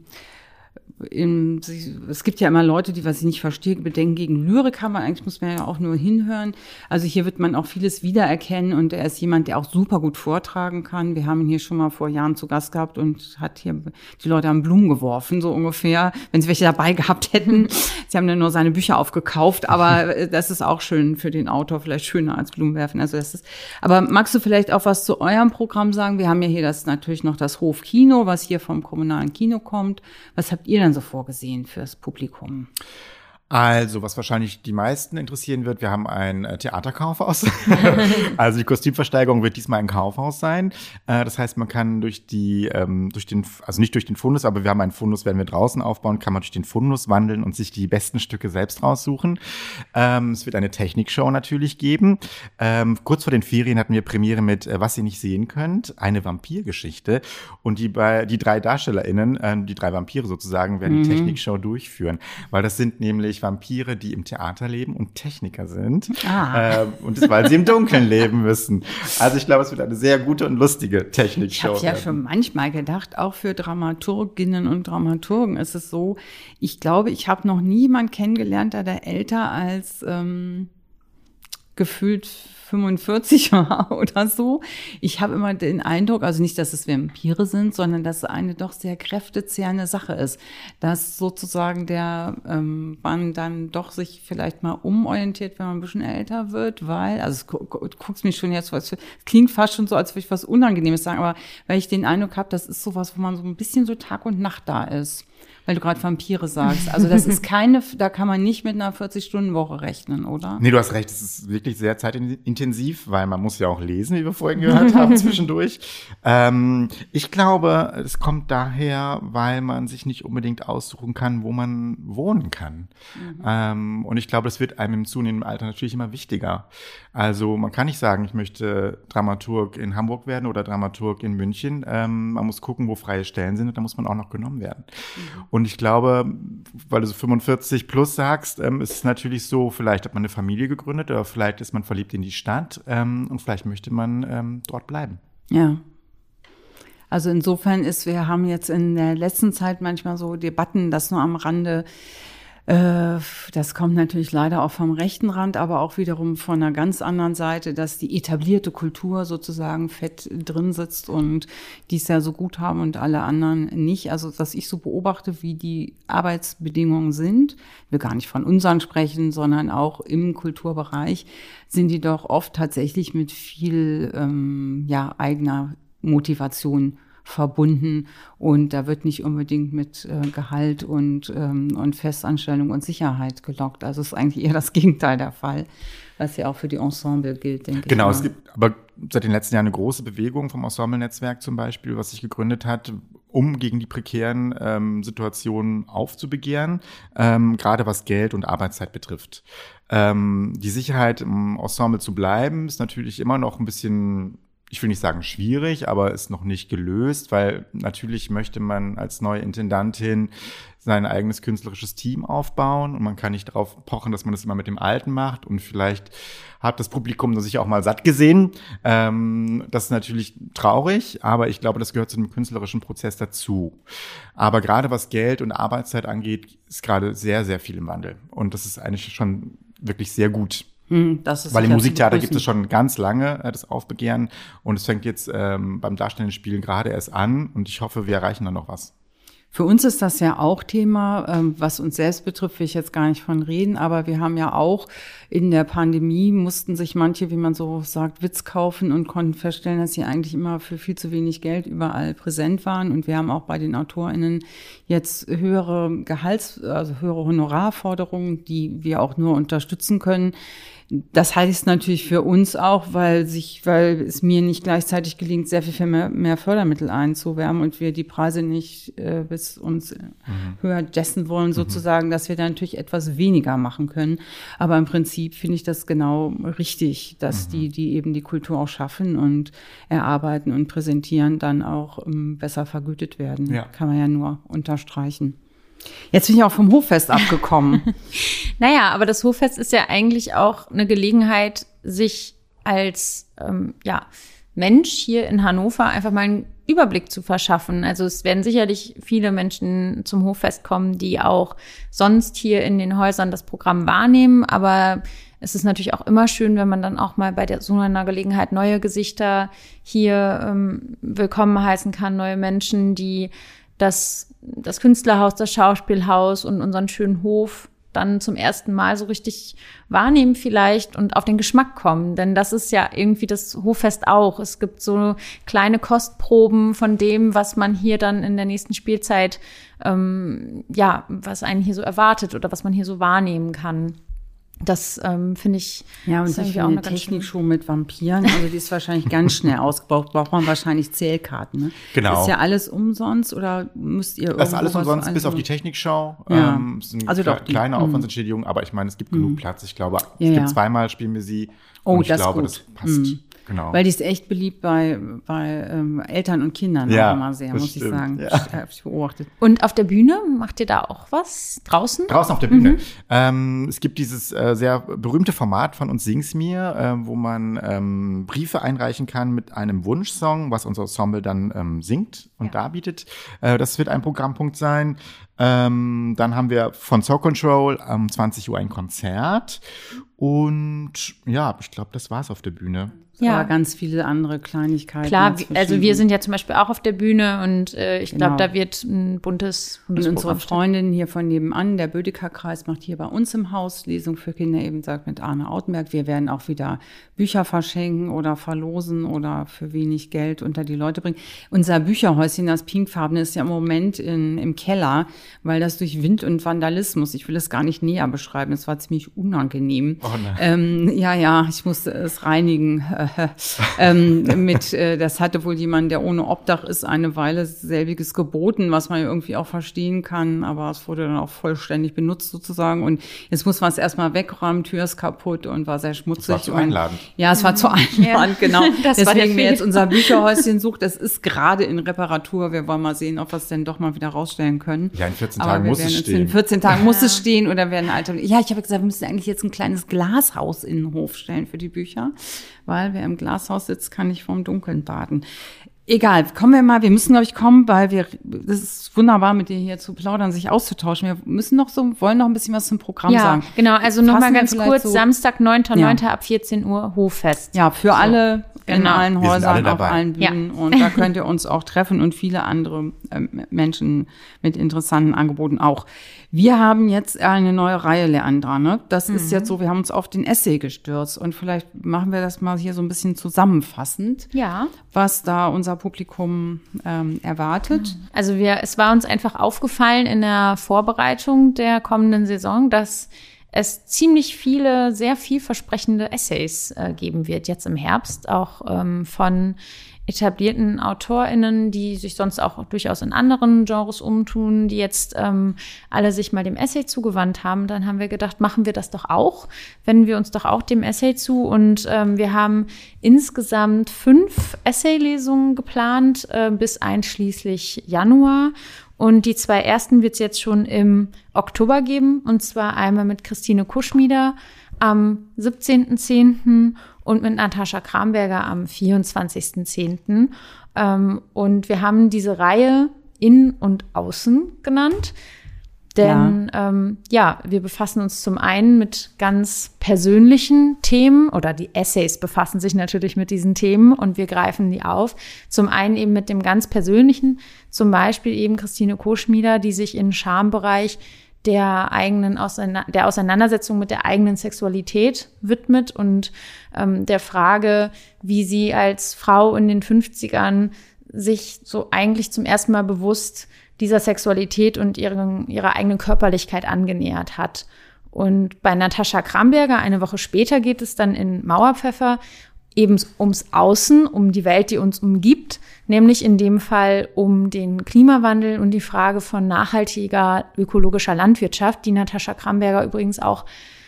[SPEAKER 2] In, es gibt ja immer Leute, die, was ich nicht verstehe, Bedenken gegen Lyrik haben. Eigentlich muss man ja auch nur hinhören. Also hier wird man auch vieles wiedererkennen und er ist jemand, der auch super gut vortragen kann. Wir haben ihn hier schon mal vor Jahren zu Gast gehabt und hat hier die Leute an Blumen geworfen, so ungefähr, wenn sie welche dabei gehabt hätten. Sie haben dann nur seine Bücher aufgekauft, aber das ist auch schön für den Autor, vielleicht schöner als Blumen werfen. Also das ist, aber magst du vielleicht auch was zu eurem Programm sagen? Wir haben ja hier das natürlich noch das Hofkino, was hier vom kommunalen Kino kommt. Was habt ihr denn so vorgesehen fürs Publikum?
[SPEAKER 3] Also, was wahrscheinlich die meisten interessieren wird, wir haben ein äh, Theaterkaufhaus. Also die Kostümversteigerung wird diesmal ein Kaufhaus sein. Äh, das heißt, man kann durch die, ähm, durch den, also nicht durch den Fundus, aber wir haben einen Fundus, werden wir draußen aufbauen, kann man durch den Fundus wandeln und sich die besten Stücke selbst raussuchen. Ähm, es wird eine Technikshow natürlich geben. Ähm, kurz vor den Ferien hatten wir Premiere mit äh, Was ihr nicht sehen könnt, eine Vampirgeschichte. Und die, bei, die drei DarstellerInnen, äh, die drei Vampire sozusagen, werden mhm. die Technikshow durchführen. Weil das sind nämlich Vampire, die im Theater leben und Techniker sind. Ah. Äh, und das, weil sie im Dunkeln leben müssen. Also ich glaube, es wird eine sehr gute und lustige Technikshow.
[SPEAKER 2] Ich habe ja schon manchmal gedacht, auch für Dramaturginnen und Dramaturgen ist es so, ich glaube, ich habe noch nie jemanden kennengelernt, der da älter als ähm, gefühlt fünfundvierzig war oder so. Ich habe immer den Eindruck, also nicht, dass es Vampire sind, sondern dass es eine doch sehr kräftezehrende Sache ist, dass sozusagen der ähm, Mann dann doch sich vielleicht mal umorientiert, wenn man ein bisschen älter wird, weil, also du guckst mich schon jetzt, es klingt fast schon so, als würde ich was Unangenehmes sagen, aber weil ich den Eindruck habe, das ist sowas, wo man so ein bisschen so Tag und Nacht da ist. Weil du gerade Vampire sagst. Also das ist keine, da kann man nicht mit einer vierzig-Stunden-Woche rechnen, oder?
[SPEAKER 3] Nee, du hast recht, es ist wirklich sehr zeitintensiv, weil man muss ja auch lesen, wie wir vorhin gehört haben, zwischendurch. Ähm, ich glaube, es kommt daher, weil man sich nicht unbedingt aussuchen kann, wo man wohnen kann. Mhm. Ähm, und ich glaube, das wird einem im zunehmenden Alter natürlich immer wichtiger. Also man kann nicht sagen, ich möchte Dramaturg in Hamburg werden oder Dramaturg in München. Ähm, man muss gucken, wo freie Stellen sind und da muss man auch noch genommen werden. Mhm. Und ich glaube, weil du so fünfundvierzig plus sagst, ähm, ist es natürlich so, vielleicht hat man eine Familie gegründet oder vielleicht ist man verliebt in die Stadt ähm, und vielleicht möchte man ähm, dort bleiben.
[SPEAKER 2] Ja. Also insofern ist, wir haben jetzt in der letzten Zeit manchmal so Debatten, das nur am Rande. Das kommt natürlich leider auch vom rechten Rand, aber auch wiederum von einer ganz anderen Seite, dass die etablierte Kultur sozusagen fett drin sitzt und die es ja so gut haben und alle anderen nicht. Also was ich so beobachte, wie die Arbeitsbedingungen sind, ich will gar nicht von unseren sprechen, sondern auch im Kulturbereich, sind die doch oft tatsächlich mit viel ähm, ja, eigener Motivation verbunden und da wird nicht unbedingt mit äh, Gehalt und ähm, und Festanstellung und Sicherheit gelockt. Also es ist eigentlich eher das Gegenteil der Fall, was ja auch für die Ensemble gilt, denke ich.
[SPEAKER 3] Genau, es gibt aber seit den letzten Jahren eine große Bewegung vom Ensemble-Netzwerk zum Beispiel, was sich gegründet hat, um gegen die prekären ähm, Situationen aufzubegehren, ähm, gerade was Geld und Arbeitszeit betrifft. Ähm, die Sicherheit im Ensemble zu bleiben, ist natürlich immer noch ein bisschen, ich will nicht sagen schwierig, aber ist noch nicht gelöst, weil natürlich möchte man als neue Intendantin sein eigenes künstlerisches Team aufbauen und man kann nicht darauf pochen, dass man das immer mit dem Alten macht und vielleicht hat das Publikum sich auch mal satt gesehen. Ähm, das ist natürlich traurig, aber ich glaube, das gehört zu einem künstlerischen Prozess dazu. Aber gerade was Geld und Arbeitszeit angeht, ist gerade sehr, sehr viel im Wandel und das ist eigentlich schon wirklich sehr gut.
[SPEAKER 2] Das ist
[SPEAKER 3] Weil im Musiktheater gibt es schon ganz lange äh, das Aufbegehren und es fängt jetzt ähm, beim darstellenden Spielen gerade erst an und ich hoffe, wir erreichen dann noch was.
[SPEAKER 2] Für uns ist das ja auch Thema, ähm, was uns selbst betrifft, will ich jetzt gar nicht von reden, aber wir haben ja auch in der Pandemie mussten sich manche, wie man so sagt, Witz kaufen und konnten feststellen, dass sie eigentlich immer für viel zu wenig Geld überall präsent waren und wir haben auch bei den AutorInnen jetzt höhere Gehalts-, also höhere Honorarforderungen, die wir auch nur unterstützen können. das heißt natürlich für uns auch, weil sich, weil es mir nicht gleichzeitig gelingt, sehr viel mehr, mehr Fördermittel einzuwärmen und wir die Preise nicht äh, bis uns mhm. höher jessen wollen, sozusagen, mhm. dass wir da natürlich etwas weniger machen können. Aber im Prinzip finde ich das genau richtig, dass mhm. die, die eben die Kultur auch schaffen und erarbeiten und präsentieren, dann auch um, besser vergütet werden. Ja. Kann man ja nur unterstreichen. Jetzt bin ich auch vom Hoffest abgekommen.
[SPEAKER 1] Naja, aber das Hoffest ist ja eigentlich auch eine Gelegenheit, sich als ähm, ja, Mensch hier in Hannover einfach mal einen Überblick zu verschaffen. Also es werden sicherlich viele Menschen zum Hoffest kommen, die auch sonst hier in den Häusern das Programm wahrnehmen. Aber es ist natürlich auch immer schön, wenn man dann auch mal bei der, so einer Gelegenheit neue Gesichter hier ähm, willkommen heißen kann, neue Menschen, die das, das Künstlerhaus, das Schauspielhaus und unseren schönen Hof dann zum ersten Mal so richtig wahrnehmen vielleicht und auf den Geschmack kommen. Denn das ist ja irgendwie das Hoffest auch. Es gibt so kleine Kostproben von dem, was man hier dann in der nächsten Spielzeit, ähm, ja, was einen hier so erwartet oder was man hier so wahrnehmen kann. Das ähm, finde ich.
[SPEAKER 2] Ja, und ich auch eine Technikshow mit Vampiren, also die ist wahrscheinlich ganz schnell ausgebaut. Braucht man wahrscheinlich Zählkarten. Ne?
[SPEAKER 3] Genau.
[SPEAKER 2] Ist ja alles umsonst oder müsst ihr irgendwo
[SPEAKER 3] Das ist alles umsonst,
[SPEAKER 2] also,
[SPEAKER 3] bis auf die Technikshow.
[SPEAKER 2] Ja.
[SPEAKER 3] Ähm, es sind
[SPEAKER 2] also
[SPEAKER 3] kle-
[SPEAKER 2] doch die,
[SPEAKER 3] kleine
[SPEAKER 2] mh.
[SPEAKER 3] Aufwandsentschädigungen, aber ich meine, es gibt
[SPEAKER 2] mh.
[SPEAKER 3] genug Platz. Ich glaube,
[SPEAKER 2] Ja,
[SPEAKER 3] es gibt
[SPEAKER 2] ja.
[SPEAKER 3] zweimal spielen wir sie.
[SPEAKER 2] Oh,
[SPEAKER 3] und ich
[SPEAKER 2] das
[SPEAKER 3] glaube,
[SPEAKER 2] ist gut.
[SPEAKER 3] das passt.
[SPEAKER 2] Mhm.
[SPEAKER 3] Genau.
[SPEAKER 2] Weil die ist echt beliebt bei, bei ähm, Eltern und Kindern
[SPEAKER 3] Ja,
[SPEAKER 2] auch immer sehr,
[SPEAKER 3] das
[SPEAKER 2] muss
[SPEAKER 3] stimmt.
[SPEAKER 2] ich sagen.
[SPEAKER 3] Ja.
[SPEAKER 2] Das habe ich beobachtet.
[SPEAKER 1] Und auf der Bühne, macht ihr da auch was? Draußen?
[SPEAKER 3] Draußen auf der Bühne.
[SPEAKER 1] Mhm.
[SPEAKER 3] Ähm, es gibt dieses äh, sehr berühmte Format von uns Sing's mir, äh, wo man ähm, Briefe einreichen kann mit einem Wunschsong, was unser Ensemble dann ähm, singt und ja. darbietet. Äh, das wird ein Programmpunkt sein. Ähm, dann haben wir von Soul Control um zwanzig Uhr ein Konzert. Und ja, ich glaube, das war's auf der Bühne.
[SPEAKER 2] Ja, aber ganz viele andere Kleinigkeiten.
[SPEAKER 1] Klar, also wir sind ja zum Beispiel auch auf der Bühne und äh, ich glaube, genau. da wird ein buntes, buntes
[SPEAKER 2] und unsere Freundin hier von nebenan, der Bödecker-Kreis, macht hier bei uns im Haus Lesung für Kinder, eben sagt mit Arne Autenberg. Wir werden auch wieder Bücher verschenken oder verlosen oder für wenig Geld unter die Leute bringen. Unser Bücherhäuschen, das Pinkfarbene, ist ja im Moment in, im Keller, weil das durch Wind und Vandalismus, ich will es gar nicht näher beschreiben, es war ziemlich unangenehm.
[SPEAKER 3] Oh nein.
[SPEAKER 2] Ähm, ja, ja, ich musste es reinigen. ähm, mit, äh, das hatte wohl jemand, der ohne Obdach ist, eine Weile selbiges geboten, was man ja irgendwie auch verstehen kann, aber es wurde dann auch vollständig benutzt sozusagen und jetzt muss man es erstmal wegräumen, Tür ist kaputt und war sehr schmutzig.
[SPEAKER 3] Es war zu einladend.
[SPEAKER 2] Ja, es war zu einladend, ja. genau.
[SPEAKER 1] Das
[SPEAKER 2] Deswegen wir jetzt unser Bücherhäuschen sucht, das ist gerade in Reparatur, wir wollen mal sehen, ob wir es denn doch mal wieder rausstellen können.
[SPEAKER 3] Ja, in vierzehn
[SPEAKER 2] aber
[SPEAKER 3] Tagen muss es stehen.
[SPEAKER 2] In vierzehn Tagen muss es stehen oder werden alte. Ja, ich habe gesagt, wir müssen eigentlich jetzt ein kleines Glashaus in den Hof stellen für die Bücher, weil wer im Glashaus sitzt, kann nicht vorm Dunkeln baden. Egal, kommen wir mal, wir müssen, glaube ich, kommen, weil wir, das ist wunderbar, mit dir hier zu plaudern, sich auszutauschen. Wir müssen noch so, wollen noch ein bisschen was zum Programm
[SPEAKER 1] ja,
[SPEAKER 2] sagen.
[SPEAKER 1] Genau, also nochmal ganz kurz,
[SPEAKER 2] so,
[SPEAKER 1] Samstag, neunter neunter
[SPEAKER 2] Ja.
[SPEAKER 1] ab vierzehn Uhr, Hoffest.
[SPEAKER 2] Ja, für
[SPEAKER 1] so.
[SPEAKER 2] alle in
[SPEAKER 1] Genau.
[SPEAKER 2] allen
[SPEAKER 3] Wir sind alle
[SPEAKER 2] Häusern, auf
[SPEAKER 3] dabei.
[SPEAKER 2] allen Bühnen.
[SPEAKER 1] Ja.
[SPEAKER 2] Und da könnt ihr uns auch treffen und viele andere ähm, Menschen mit interessanten Angeboten auch. Wir haben jetzt eine neue Reihe, Leandra, ne? Das mhm. ist jetzt so, wir haben uns auf den Essay gestürzt und vielleicht machen wir das mal hier so ein bisschen zusammenfassend,
[SPEAKER 1] Ja.
[SPEAKER 2] was da unser Publikum ähm, erwartet.
[SPEAKER 1] Also wir, es war uns einfach aufgefallen in der Vorbereitung der kommenden Saison, dass es ziemlich viele, sehr vielversprechende Essays äh, geben wird jetzt im Herbst, auch ähm, von etablierten AutorInnen, die sich sonst auch durchaus in anderen Genres umtun, die jetzt ähm, alle sich mal dem Essay zugewandt haben. Dann haben wir gedacht, machen wir das doch auch, wenden wir uns doch auch dem Essay zu. Und ähm, wir haben insgesamt fünf Essaylesungen geplant, äh, bis einschließlich Januar. Und die zwei ersten wird es jetzt schon im Oktober geben, und zwar einmal mit Christine Kuschmieder am siebzehnten zehnten und mit Natascha Kramberger am vierundzwanzigsten zehnten Ähm, und wir haben diese Reihe Innen und Außen genannt. Denn ja. Ähm, ja, wir befassen uns zum einen mit ganz persönlichen Themen, oder die Essays befassen sich natürlich mit diesen Themen und wir greifen die auf. Zum einen eben mit dem ganz Persönlichen, zum Beispiel eben Christine Kuschmieder, die sich im Schambereich der eigenen Auseina- der Auseinandersetzung mit der eigenen Sexualität widmet und ähm, der Frage, wie sie als Frau in den fünfzigern sich so eigentlich zum ersten Mal bewusst dieser Sexualität und ihren, ihrer eigenen Körperlichkeit angenähert hat. Und bei Natascha Kramberger, eine Woche später, geht es dann in Mauerpfeffer eben ums Außen, um die Welt, die uns umgibt, nämlich in dem Fall um den Klimawandel und die Frage von nachhaltiger ökologischer Landwirtschaft, die Natascha Kramberger übrigens auch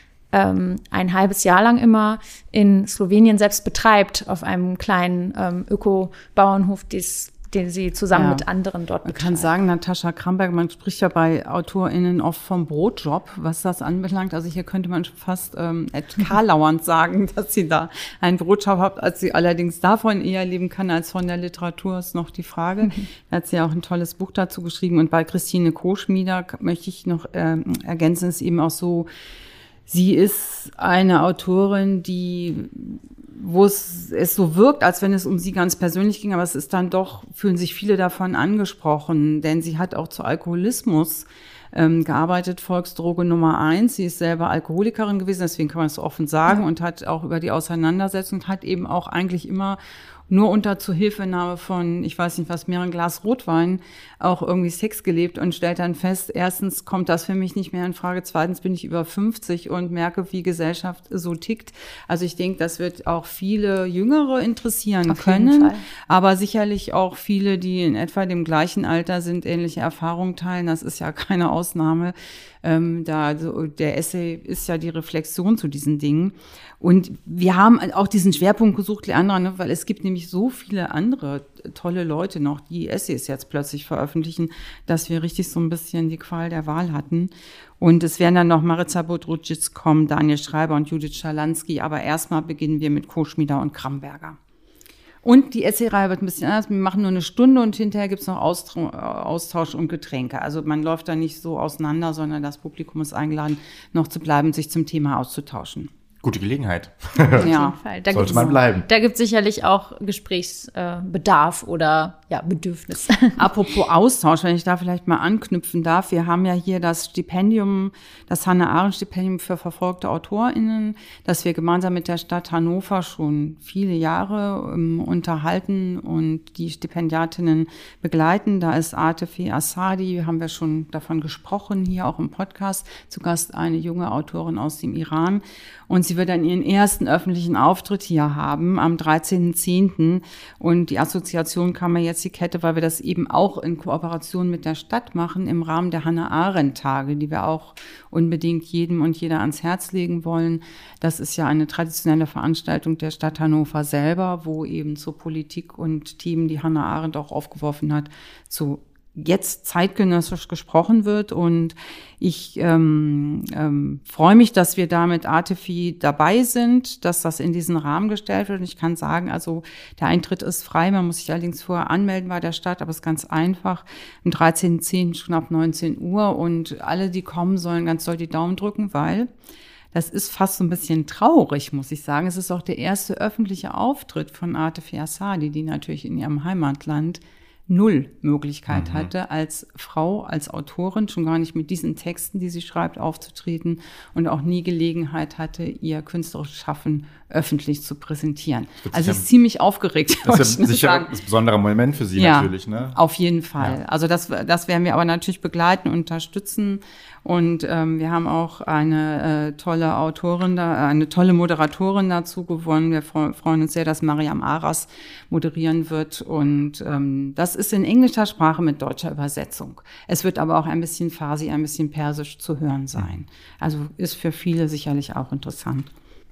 [SPEAKER 1] ähm, ein halbes Jahr lang immer in Slowenien selbst betreibt, auf einem kleinen ähm, Öko-Bauernhof, des den sie zusammen
[SPEAKER 2] ja.
[SPEAKER 1] mit anderen dort betreibt.
[SPEAKER 2] Man kann sagen, Natascha Kramberger, man spricht ja bei AutorInnen oft vom Brotjob, was das anbelangt. Also hier könnte man schon fast ähm, karlauernd sagen, dass sie da einen Brotjob hat, als sie allerdings davon eher leben kann als von der Literatur, ist noch die Frage. Mhm. Da hat sie ja auch ein tolles Buch dazu geschrieben. Und bei Christine Koschmieder möchte ich noch äh, ergänzen, ist eben auch so, sie ist eine Autorin, die wo es, es so wirkt, als wenn es um sie ganz persönlich ging, aber es ist dann doch, fühlen sich viele davon angesprochen, denn sie hat auch zu Alkoholismus ähm, gearbeitet, Volksdroge Nummer eins. Sie ist selber Alkoholikerin gewesen, deswegen kann man es so offen sagen, ja. Und hat auch über die Auseinandersetzung, hat eben auch eigentlich immer nur unter Zuhilfenahme von, ich weiß nicht was, mehreren Glas Rotwein auch irgendwie Sex gelebt und stellt dann fest, erstens kommt das für mich nicht mehr in Frage, zweitens bin ich über fünfzig und merke, wie Gesellschaft so tickt. Also ich denke, das wird auch viele Jüngere interessieren
[SPEAKER 1] Auf
[SPEAKER 2] können,
[SPEAKER 1] jeden Fall.
[SPEAKER 2] Aber sicherlich auch viele, die in etwa dem gleichen Alter sind, ähnliche Erfahrungen teilen. Das ist ja keine Ausnahme. Ähm, da so, der Essay ist ja die Reflexion zu diesen Dingen. Und wir haben auch diesen Schwerpunkt gesucht, Leandra, ne, weil es gibt nämlich so viele andere tolle Leute noch, die Essays jetzt plötzlich veröffentlichen, dass wir richtig so ein bisschen die Qual der Wahl hatten. Und es werden dann noch Marica Bodrucic kommen, Daniel Schreiber und Judith Schalansky. Aber erstmal beginnen wir mit Koschmieder und Kramberger. Und die Essayreihe wird ein bisschen anders. Wir machen nur eine Stunde und hinterher gibt's noch Austausch und Getränke. Also man läuft da nicht so auseinander, sondern das Publikum ist eingeladen, noch zu bleiben, sich zum Thema auszutauschen.
[SPEAKER 3] Gute Gelegenheit.
[SPEAKER 1] Auf jeden Fall. Da
[SPEAKER 3] Sollte man bleiben.
[SPEAKER 1] Da gibt es sicherlich auch Gesprächsbedarf äh, oder ja, Bedürfnis.
[SPEAKER 2] Apropos Austausch, wenn ich da vielleicht mal anknüpfen darf. Wir haben ja hier das Stipendium, das Hannah-Arendt-Stipendium für verfolgte AutorInnen, das wir gemeinsam mit der Stadt Hannover schon viele Jahre ähm, unterhalten und die Stipendiatinnen begleiten. Da ist Atefe Assadi, haben wir schon davon gesprochen, hier auch im Podcast. Zu Gast eine junge Autorin aus dem Iran. Und sie wird dann ihren ersten öffentlichen Auftritt hier haben am dreizehnten zehnten Und die Assoziation kam mir jetzt die Kette, weil wir das eben auch in Kooperation mit der Stadt machen, im Rahmen der Hannah-Arendt-Tage, die wir auch unbedingt jedem und jeder ans Herz legen wollen. Das ist ja eine traditionelle Veranstaltung der Stadt Hannover selber, wo eben zur Politik und Themen, die Hannah Arendt auch aufgeworfen hat, zu jetzt zeitgenössisch gesprochen wird. Und ich ähm, ähm, freue mich, dass wir da mit Atefe dabei sind, dass das in diesen Rahmen gestellt wird. Und ich kann sagen, also der Eintritt ist frei, man muss sich allerdings vorher anmelden bei der Stadt, aber es ist ganz einfach. Am dreizehnten zehnten schon ab neunzehn Uhr und alle, die kommen, sollen ganz doll die Daumen drücken, weil das ist fast so ein bisschen traurig, muss ich sagen. Es ist auch der erste öffentliche Auftritt von Atefe Assadi, die natürlich in ihrem Heimatland null Möglichkeit mhm. hatte, als Frau, als Autorin, schon gar nicht mit diesen Texten, die sie schreibt, aufzutreten und auch nie Gelegenheit hatte, ihr künstlerisches Schaffen öffentlich zu präsentieren. Also sie ist ziemlich aufgeregt.
[SPEAKER 3] Das ist ja sicher ein besonderer Moment für sie
[SPEAKER 2] ja,
[SPEAKER 3] natürlich, ne?
[SPEAKER 2] Auf jeden Fall.
[SPEAKER 3] Ja.
[SPEAKER 2] Also das, das werden wir aber natürlich begleiten, unterstützen. Und ähm, wir haben auch eine äh, tolle Autorin, da, eine tolle Moderatorin dazu gewonnen. Wir freuen uns sehr, dass Mariam Aras moderieren wird. Und ähm, das ist in englischer Sprache mit deutscher Übersetzung. Es wird aber auch ein bisschen Farsi, ein bisschen Persisch zu hören sein. Also ist für viele sicherlich auch interessant.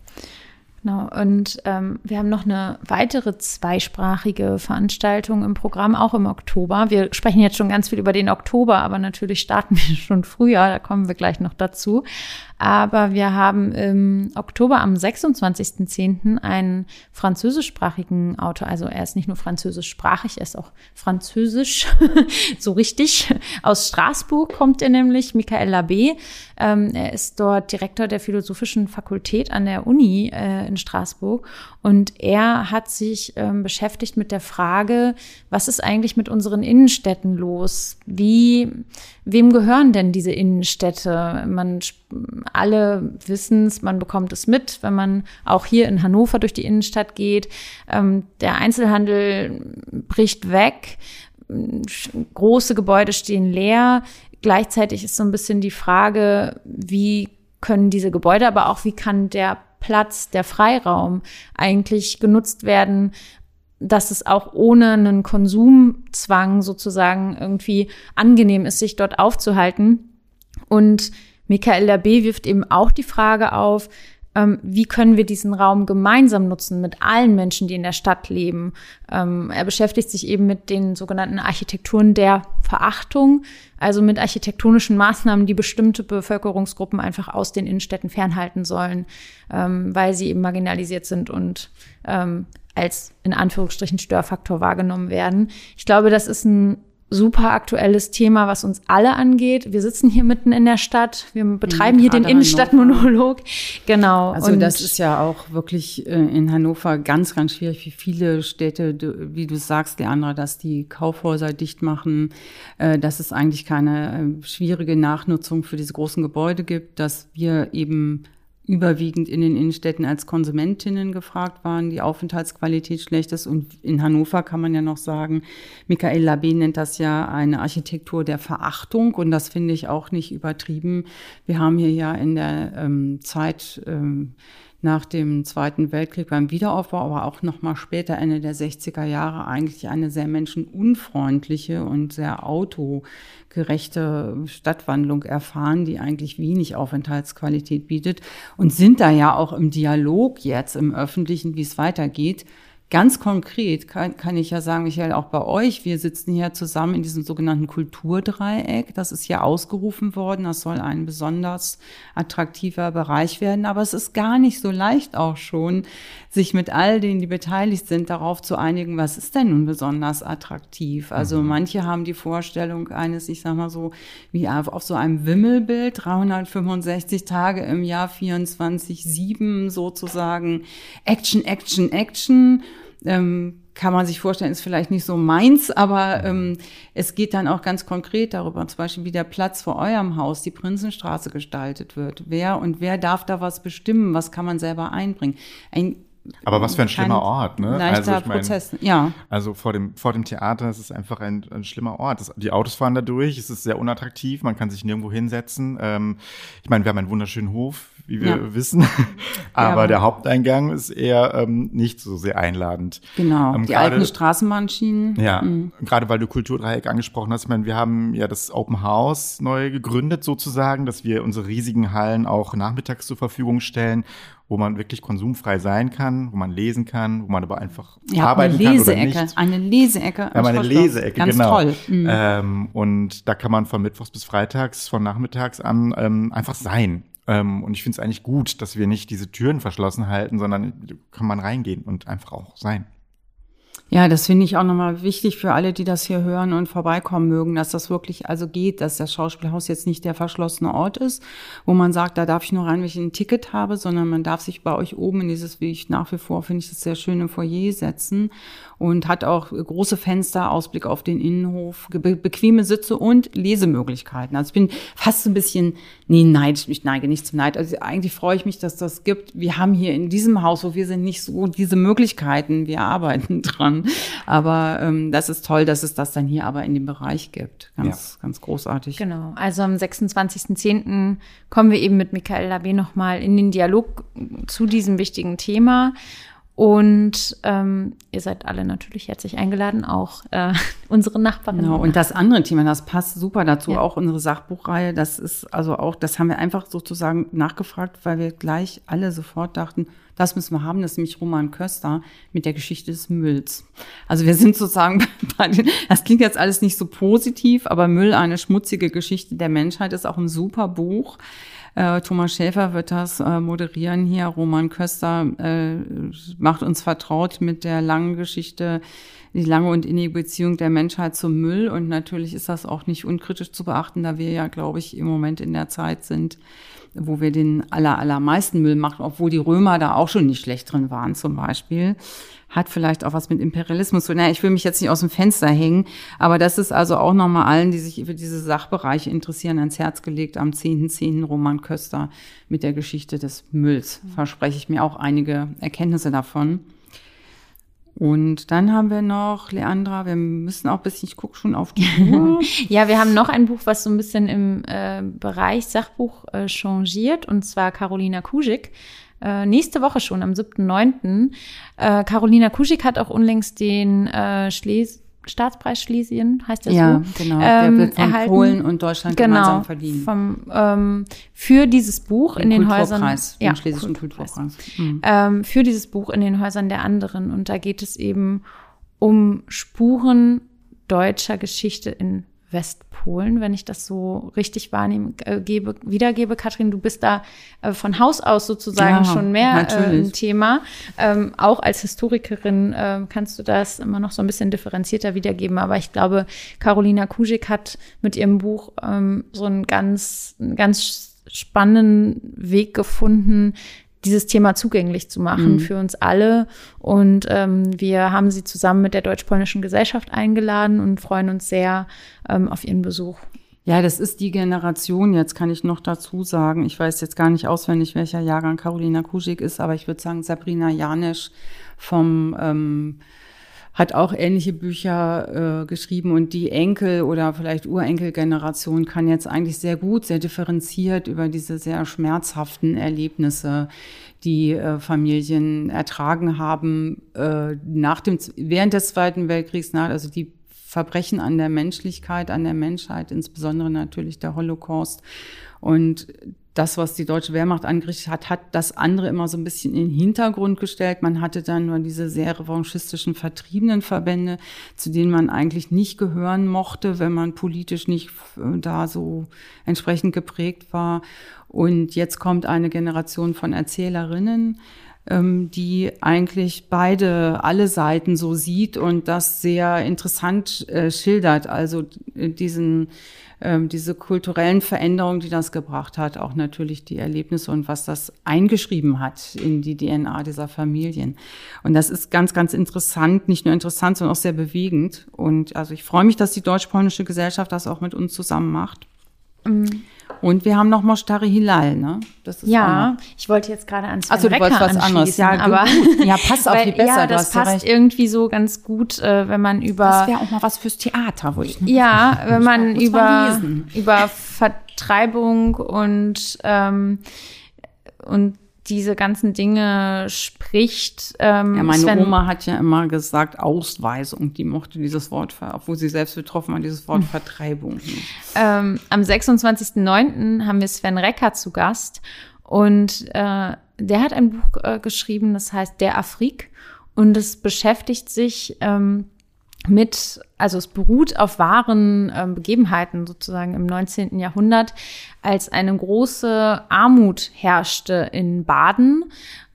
[SPEAKER 1] Genau, und ähm, wir haben noch eine weitere zweisprachige Veranstaltung im Programm, auch im Oktober. Wir sprechen jetzt schon ganz viel über den Oktober, aber natürlich starten wir schon früher, da kommen wir gleich noch dazu. Aber wir haben im Oktober am sechsundzwanzigsten zehnten einen französischsprachigen Autor, also er ist nicht nur französischsprachig, er ist auch französisch, so richtig. Aus Straßburg kommt er nämlich, Michael Labbé. Ähm, er ist dort Direktor der Philosophischen Fakultät an der Uni äh, in Straßburg. Und er hat sich ähm, beschäftigt mit der Frage, was ist eigentlich mit unseren Innenstädten los? Wie, wem gehören denn diese Innenstädte? Man, alle wissen es, man bekommt es mit, wenn man auch hier in Hannover durch die Innenstadt geht. Ähm, der Einzelhandel bricht weg. Große Gebäude stehen leer. Gleichzeitig ist so ein bisschen die Frage, wie können diese Gebäude, aber auch wie kann der Platz, der Freiraum eigentlich genutzt werden, dass es auch ohne einen Konsumzwang sozusagen irgendwie angenehm ist, sich dort aufzuhalten. Und Michael Labé wirft eben auch die Frage auf, ähm, wie können wir diesen Raum gemeinsam nutzen mit allen Menschen, die in der Stadt leben. Ähm, er beschäftigt sich eben mit den sogenannten Architekturen der Verachtung, also mit architektonischen Maßnahmen, die bestimmte Bevölkerungsgruppen einfach aus den Innenstädten fernhalten sollen, ähm, weil sie eben marginalisiert sind und ähm, als in Anführungsstrichen Störfaktor wahrgenommen werden. Ich glaube, das ist ein super aktuelles Thema, was uns alle angeht. Wir sitzen hier mitten in der Stadt, wir betreiben hier den Innenstadtmonolog. Genau.
[SPEAKER 2] Also und das ist ja auch wirklich in Hannover ganz, ganz schwierig, wie viele Städte, wie du sagst, Leandra, dass die Kaufhäuser dicht machen, dass es eigentlich keine schwierige Nachnutzung für diese großen Gebäude gibt, dass wir eben überwiegend in den Innenstädten als Konsumentinnen gefragt waren, die Aufenthaltsqualität schlecht ist. Und in Hannover kann man ja noch sagen, Michael Labé nennt das ja eine Architektur der Verachtung. Und das finde ich auch nicht übertrieben. Wir haben hier ja in der ähm, Zeit ähm, nach dem Zweiten Weltkrieg beim Wiederaufbau, aber auch noch mal später, Ende der sechziger Jahre, eigentlich eine sehr menschenunfreundliche und sehr autogerechte Stadtwandlung erfahren, die eigentlich wenig Aufenthaltsqualität bietet und sind da ja auch im Dialog jetzt im Öffentlichen, wie es weitergeht. Ganz konkret kann, kann ich ja sagen, Michael, auch bei euch, wir sitzen hier zusammen in diesem sogenannten Kulturdreieck. Das ist ja ausgerufen worden. Das soll ein besonders attraktiver Bereich werden. Aber es ist gar nicht so leicht auch schon, sich mit all denen, die beteiligt sind, darauf zu einigen, was ist denn nun besonders attraktiv? Also mhm. manche haben die Vorstellung eines, ich sag mal so, wie auf, auf so einem Wimmelbild, dreihundertfünfundsechzig Tage im Jahr, vierundzwanzig sieben sozusagen, Action, Action, Action. Ähm, kann man sich vorstellen, ist vielleicht nicht so meins, aber ähm, es geht dann auch ganz konkret darüber, zum Beispiel, wie der Platz vor eurem Haus, die Prinzenstraße, gestaltet wird. Wer und wer darf da was bestimmen? Was kann man selber einbringen? Ein
[SPEAKER 3] Aber was für ein schlimmer Ort, ne?
[SPEAKER 2] Leichter
[SPEAKER 3] also ich mein,
[SPEAKER 2] Prozess, ja.
[SPEAKER 3] Also vor dem, vor dem Theater ist es einfach ein, ein schlimmer Ort. Das, die Autos fahren da durch, es ist sehr unattraktiv, man kann sich nirgendwo hinsetzen. Ähm, ich meine, wir haben einen wunderschönen Hof, wie wir ja. wissen, aber ja. der Haupteingang ist eher ähm, nicht so sehr einladend.
[SPEAKER 2] Genau,
[SPEAKER 3] ähm,
[SPEAKER 2] die
[SPEAKER 3] grade,
[SPEAKER 2] alten Straßenbahnschienen.
[SPEAKER 3] Ja,
[SPEAKER 2] mhm.
[SPEAKER 3] gerade weil du Kulturdreieck angesprochen hast. Ich meine, wir haben ja das Open House neu gegründet sozusagen, dass wir unsere riesigen Hallen auch nachmittags zur Verfügung stellen, wo man wirklich konsumfrei sein kann, wo man lesen kann, wo man aber einfach
[SPEAKER 2] ja,
[SPEAKER 3] arbeiten
[SPEAKER 2] eine Leseecke,
[SPEAKER 3] kann oder nicht.
[SPEAKER 2] Eine Leseecke.
[SPEAKER 3] Ja, eine Leseecke,
[SPEAKER 2] ganz
[SPEAKER 3] genau.
[SPEAKER 2] Toll. Mhm.
[SPEAKER 3] Ähm, und da kann man von Mittwochs bis Freitags, von nachmittags an ähm, einfach sein. Ähm, und ich finde es eigentlich gut, dass wir nicht diese Türen verschlossen halten, sondern kann man reingehen und einfach auch sein.
[SPEAKER 2] Ja, das finde ich auch nochmal wichtig für alle, die das hier hören und vorbeikommen mögen, dass das wirklich also geht, dass das Schauspielhaus jetzt nicht der verschlossene Ort ist, wo man sagt, da darf ich nur rein, wenn ich ein Ticket habe, sondern man darf sich bei euch oben in dieses, wie ich nach wie vor finde ich das sehr schöne Foyer setzen und hat auch große Fenster, Ausblick auf den Innenhof, be- bequeme Sitze und Lesemöglichkeiten. Also ich bin fast ein bisschen, nee, neidisch, ich neige nicht zum Neid. Also eigentlich freue ich mich, dass das gibt. Wir haben hier in diesem Haus, wo wir sind, nicht so diese Möglichkeiten. Wir arbeiten dran. Aber ähm, das ist toll, dass es das dann hier aber in dem Bereich gibt. Ganz, ja. ganz großartig.
[SPEAKER 1] Genau. Also am sechsundzwanzigsten zehnten kommen wir eben mit Michael Labé nochmal in den Dialog zu diesem wichtigen Thema. Und ähm, ihr seid alle natürlich herzlich eingeladen, auch äh, unsere Nachbarin.
[SPEAKER 2] Genau. Und das andere Thema, das passt super dazu,
[SPEAKER 1] ja.
[SPEAKER 2] auch unsere Sachbuchreihe. Das ist also auch, das haben wir einfach sozusagen nachgefragt, weil wir gleich alle sofort dachten, das müssen wir haben, das ist nämlich Roman Köster mit der Geschichte des Mülls. Also wir sind sozusagen bei den, das klingt jetzt alles nicht so positiv, aber Müll, eine schmutzige Geschichte der Menschheit, ist auch ein super Buch. Äh, Thomas Schäfer wird das äh, moderieren hier. Roman Köster äh, macht uns vertraut mit der langen Geschichte, die lange und innige Beziehung der Menschheit zum Müll. Und natürlich ist das auch nicht unkritisch zu beachten, da wir ja, glaube ich, im Moment in der Zeit sind, wo wir den aller, allermeisten Müll machen, obwohl die Römer da auch schon nicht schlecht drin waren zum Beispiel. Hat vielleicht auch was mit Imperialismus zu tun. Naja, ich will mich jetzt nicht aus dem Fenster hängen, aber das ist also auch nochmal allen, die sich für diese Sachbereiche interessieren, ans Herz gelegt. Am zehnten zehnten Roman Köster mit der Geschichte des Mülls. Verspreche ich mir auch einige Erkenntnisse davon. Und dann haben wir noch Leandra, wir müssen auch ein bisschen, ich gucke schon auf die Uhr.
[SPEAKER 1] Ja, wir haben noch ein Buch, was so ein bisschen im äh, Bereich Sachbuch äh, changiert, und zwar Carolina Kuschig. Äh, nächste Woche schon, am siebten neunten Äh, Carolina Kuschig hat auch unlängst den äh, Schles- Staatspreis Schlesien, heißt der
[SPEAKER 2] ja,
[SPEAKER 1] so?
[SPEAKER 2] Genau,
[SPEAKER 1] ähm,
[SPEAKER 2] der wird von
[SPEAKER 1] erhalten.
[SPEAKER 2] Polen und Deutschland
[SPEAKER 1] genau,
[SPEAKER 2] gemeinsam verliehen.
[SPEAKER 1] Vom, ähm, für dieses Buch
[SPEAKER 2] den
[SPEAKER 1] in den
[SPEAKER 2] Kulturpreis,
[SPEAKER 1] Häusern.
[SPEAKER 2] Den
[SPEAKER 1] ja,
[SPEAKER 2] Schlesischen
[SPEAKER 1] Kulturpreis.
[SPEAKER 2] Kulturpreis. Mhm.
[SPEAKER 1] Ähm, für dieses Buch in den Häusern der anderen. Und da geht es eben um Spuren deutscher Geschichte in Westpolen, wenn ich das so richtig wahrnehme, äh, gebe, wiedergebe. Katrin, du bist da äh, von Haus aus sozusagen ja, schon mehr äh, ein Thema. Ähm, auch als Historikerin äh, kannst du das immer noch so ein bisschen differenzierter wiedergeben. Aber ich glaube, Carolina Kuschig hat mit ihrem Buch ähm, so einen ganz, einen ganz spannenden Weg gefunden, dieses Thema zugänglich zu machen mhm. für uns alle. Und ähm, wir haben sie zusammen mit der Deutsch-Polnischen Gesellschaft eingeladen und freuen uns sehr ähm, auf ihren Besuch.
[SPEAKER 2] Ja, das ist die Generation, jetzt kann ich noch dazu sagen, ich weiß jetzt gar nicht auswendig, welcher Jahrgang Carolina Kuschig ist, aber ich würde sagen, Sabrina Janisch vom ähm, hat auch ähnliche Bücher äh, geschrieben, und die Enkel- oder vielleicht Urenkelgeneration kann jetzt eigentlich sehr gut, sehr differenziert über diese sehr schmerzhaften Erlebnisse, die äh, Familien ertragen haben äh, nach dem während des Zweiten Weltkriegs, nach, also die Verbrechen an der Menschlichkeit, an der Menschheit, insbesondere natürlich der Holocaust. Und das, was die deutsche Wehrmacht angerichtet hat, hat das andere immer so ein bisschen in den Hintergrund gestellt. Man hatte dann nur diese sehr revanchistischen Vertriebenenverbände, zu denen man eigentlich nicht gehören mochte, wenn man politisch nicht da so entsprechend geprägt war. Und jetzt kommt eine Generation von Erzählerinnen, die eigentlich beide, alle Seiten so sieht und das sehr interessant äh, schildert. Also diesen, äh, diese kulturellen Veränderungen, die das gebracht hat, auch natürlich die Erlebnisse und was das eingeschrieben hat in die D N A dieser Familien. Und das ist ganz, ganz interessant, nicht nur interessant, sondern auch sehr bewegend. Und also ich freue mich, dass die Deutsch-Polnische Gesellschaft das auch mit uns zusammen macht. Mhm. Und wir haben noch Moshtari Hilal, ne? Das ist
[SPEAKER 1] ja, ich wollte jetzt gerade an Sven
[SPEAKER 2] also, du
[SPEAKER 1] Recker
[SPEAKER 2] wolltest was anderes. Ja,
[SPEAKER 1] aber
[SPEAKER 2] ja, passt auch
[SPEAKER 1] weil,
[SPEAKER 2] viel besser.
[SPEAKER 1] Ja, das
[SPEAKER 2] du hast
[SPEAKER 1] passt
[SPEAKER 2] ja recht.
[SPEAKER 1] irgendwie so ganz gut, äh, wenn man über.
[SPEAKER 2] Das wäre auch mal was fürs Theater, wo ich. Ne?
[SPEAKER 1] Ja, wenn man über über Vertreibung und ähm, und diese ganzen Dinge spricht. Ähm,
[SPEAKER 2] ja, meine
[SPEAKER 1] Sven,
[SPEAKER 2] Oma hat ja immer gesagt Ausweisung. Die mochte dieses Wort, obwohl sie selbst betroffen war, dieses Wort Vertreibung.
[SPEAKER 1] Ähm, am sechsundzwanzigsten neunten haben wir Sven Recker zu Gast, und äh, der hat ein Buch äh, geschrieben, das heißt Der Afrik, und es beschäftigt sich ähm, mit, also es beruht auf wahren äh, Begebenheiten sozusagen im neunzehnten Jahrhundert, als eine große Armut herrschte in Baden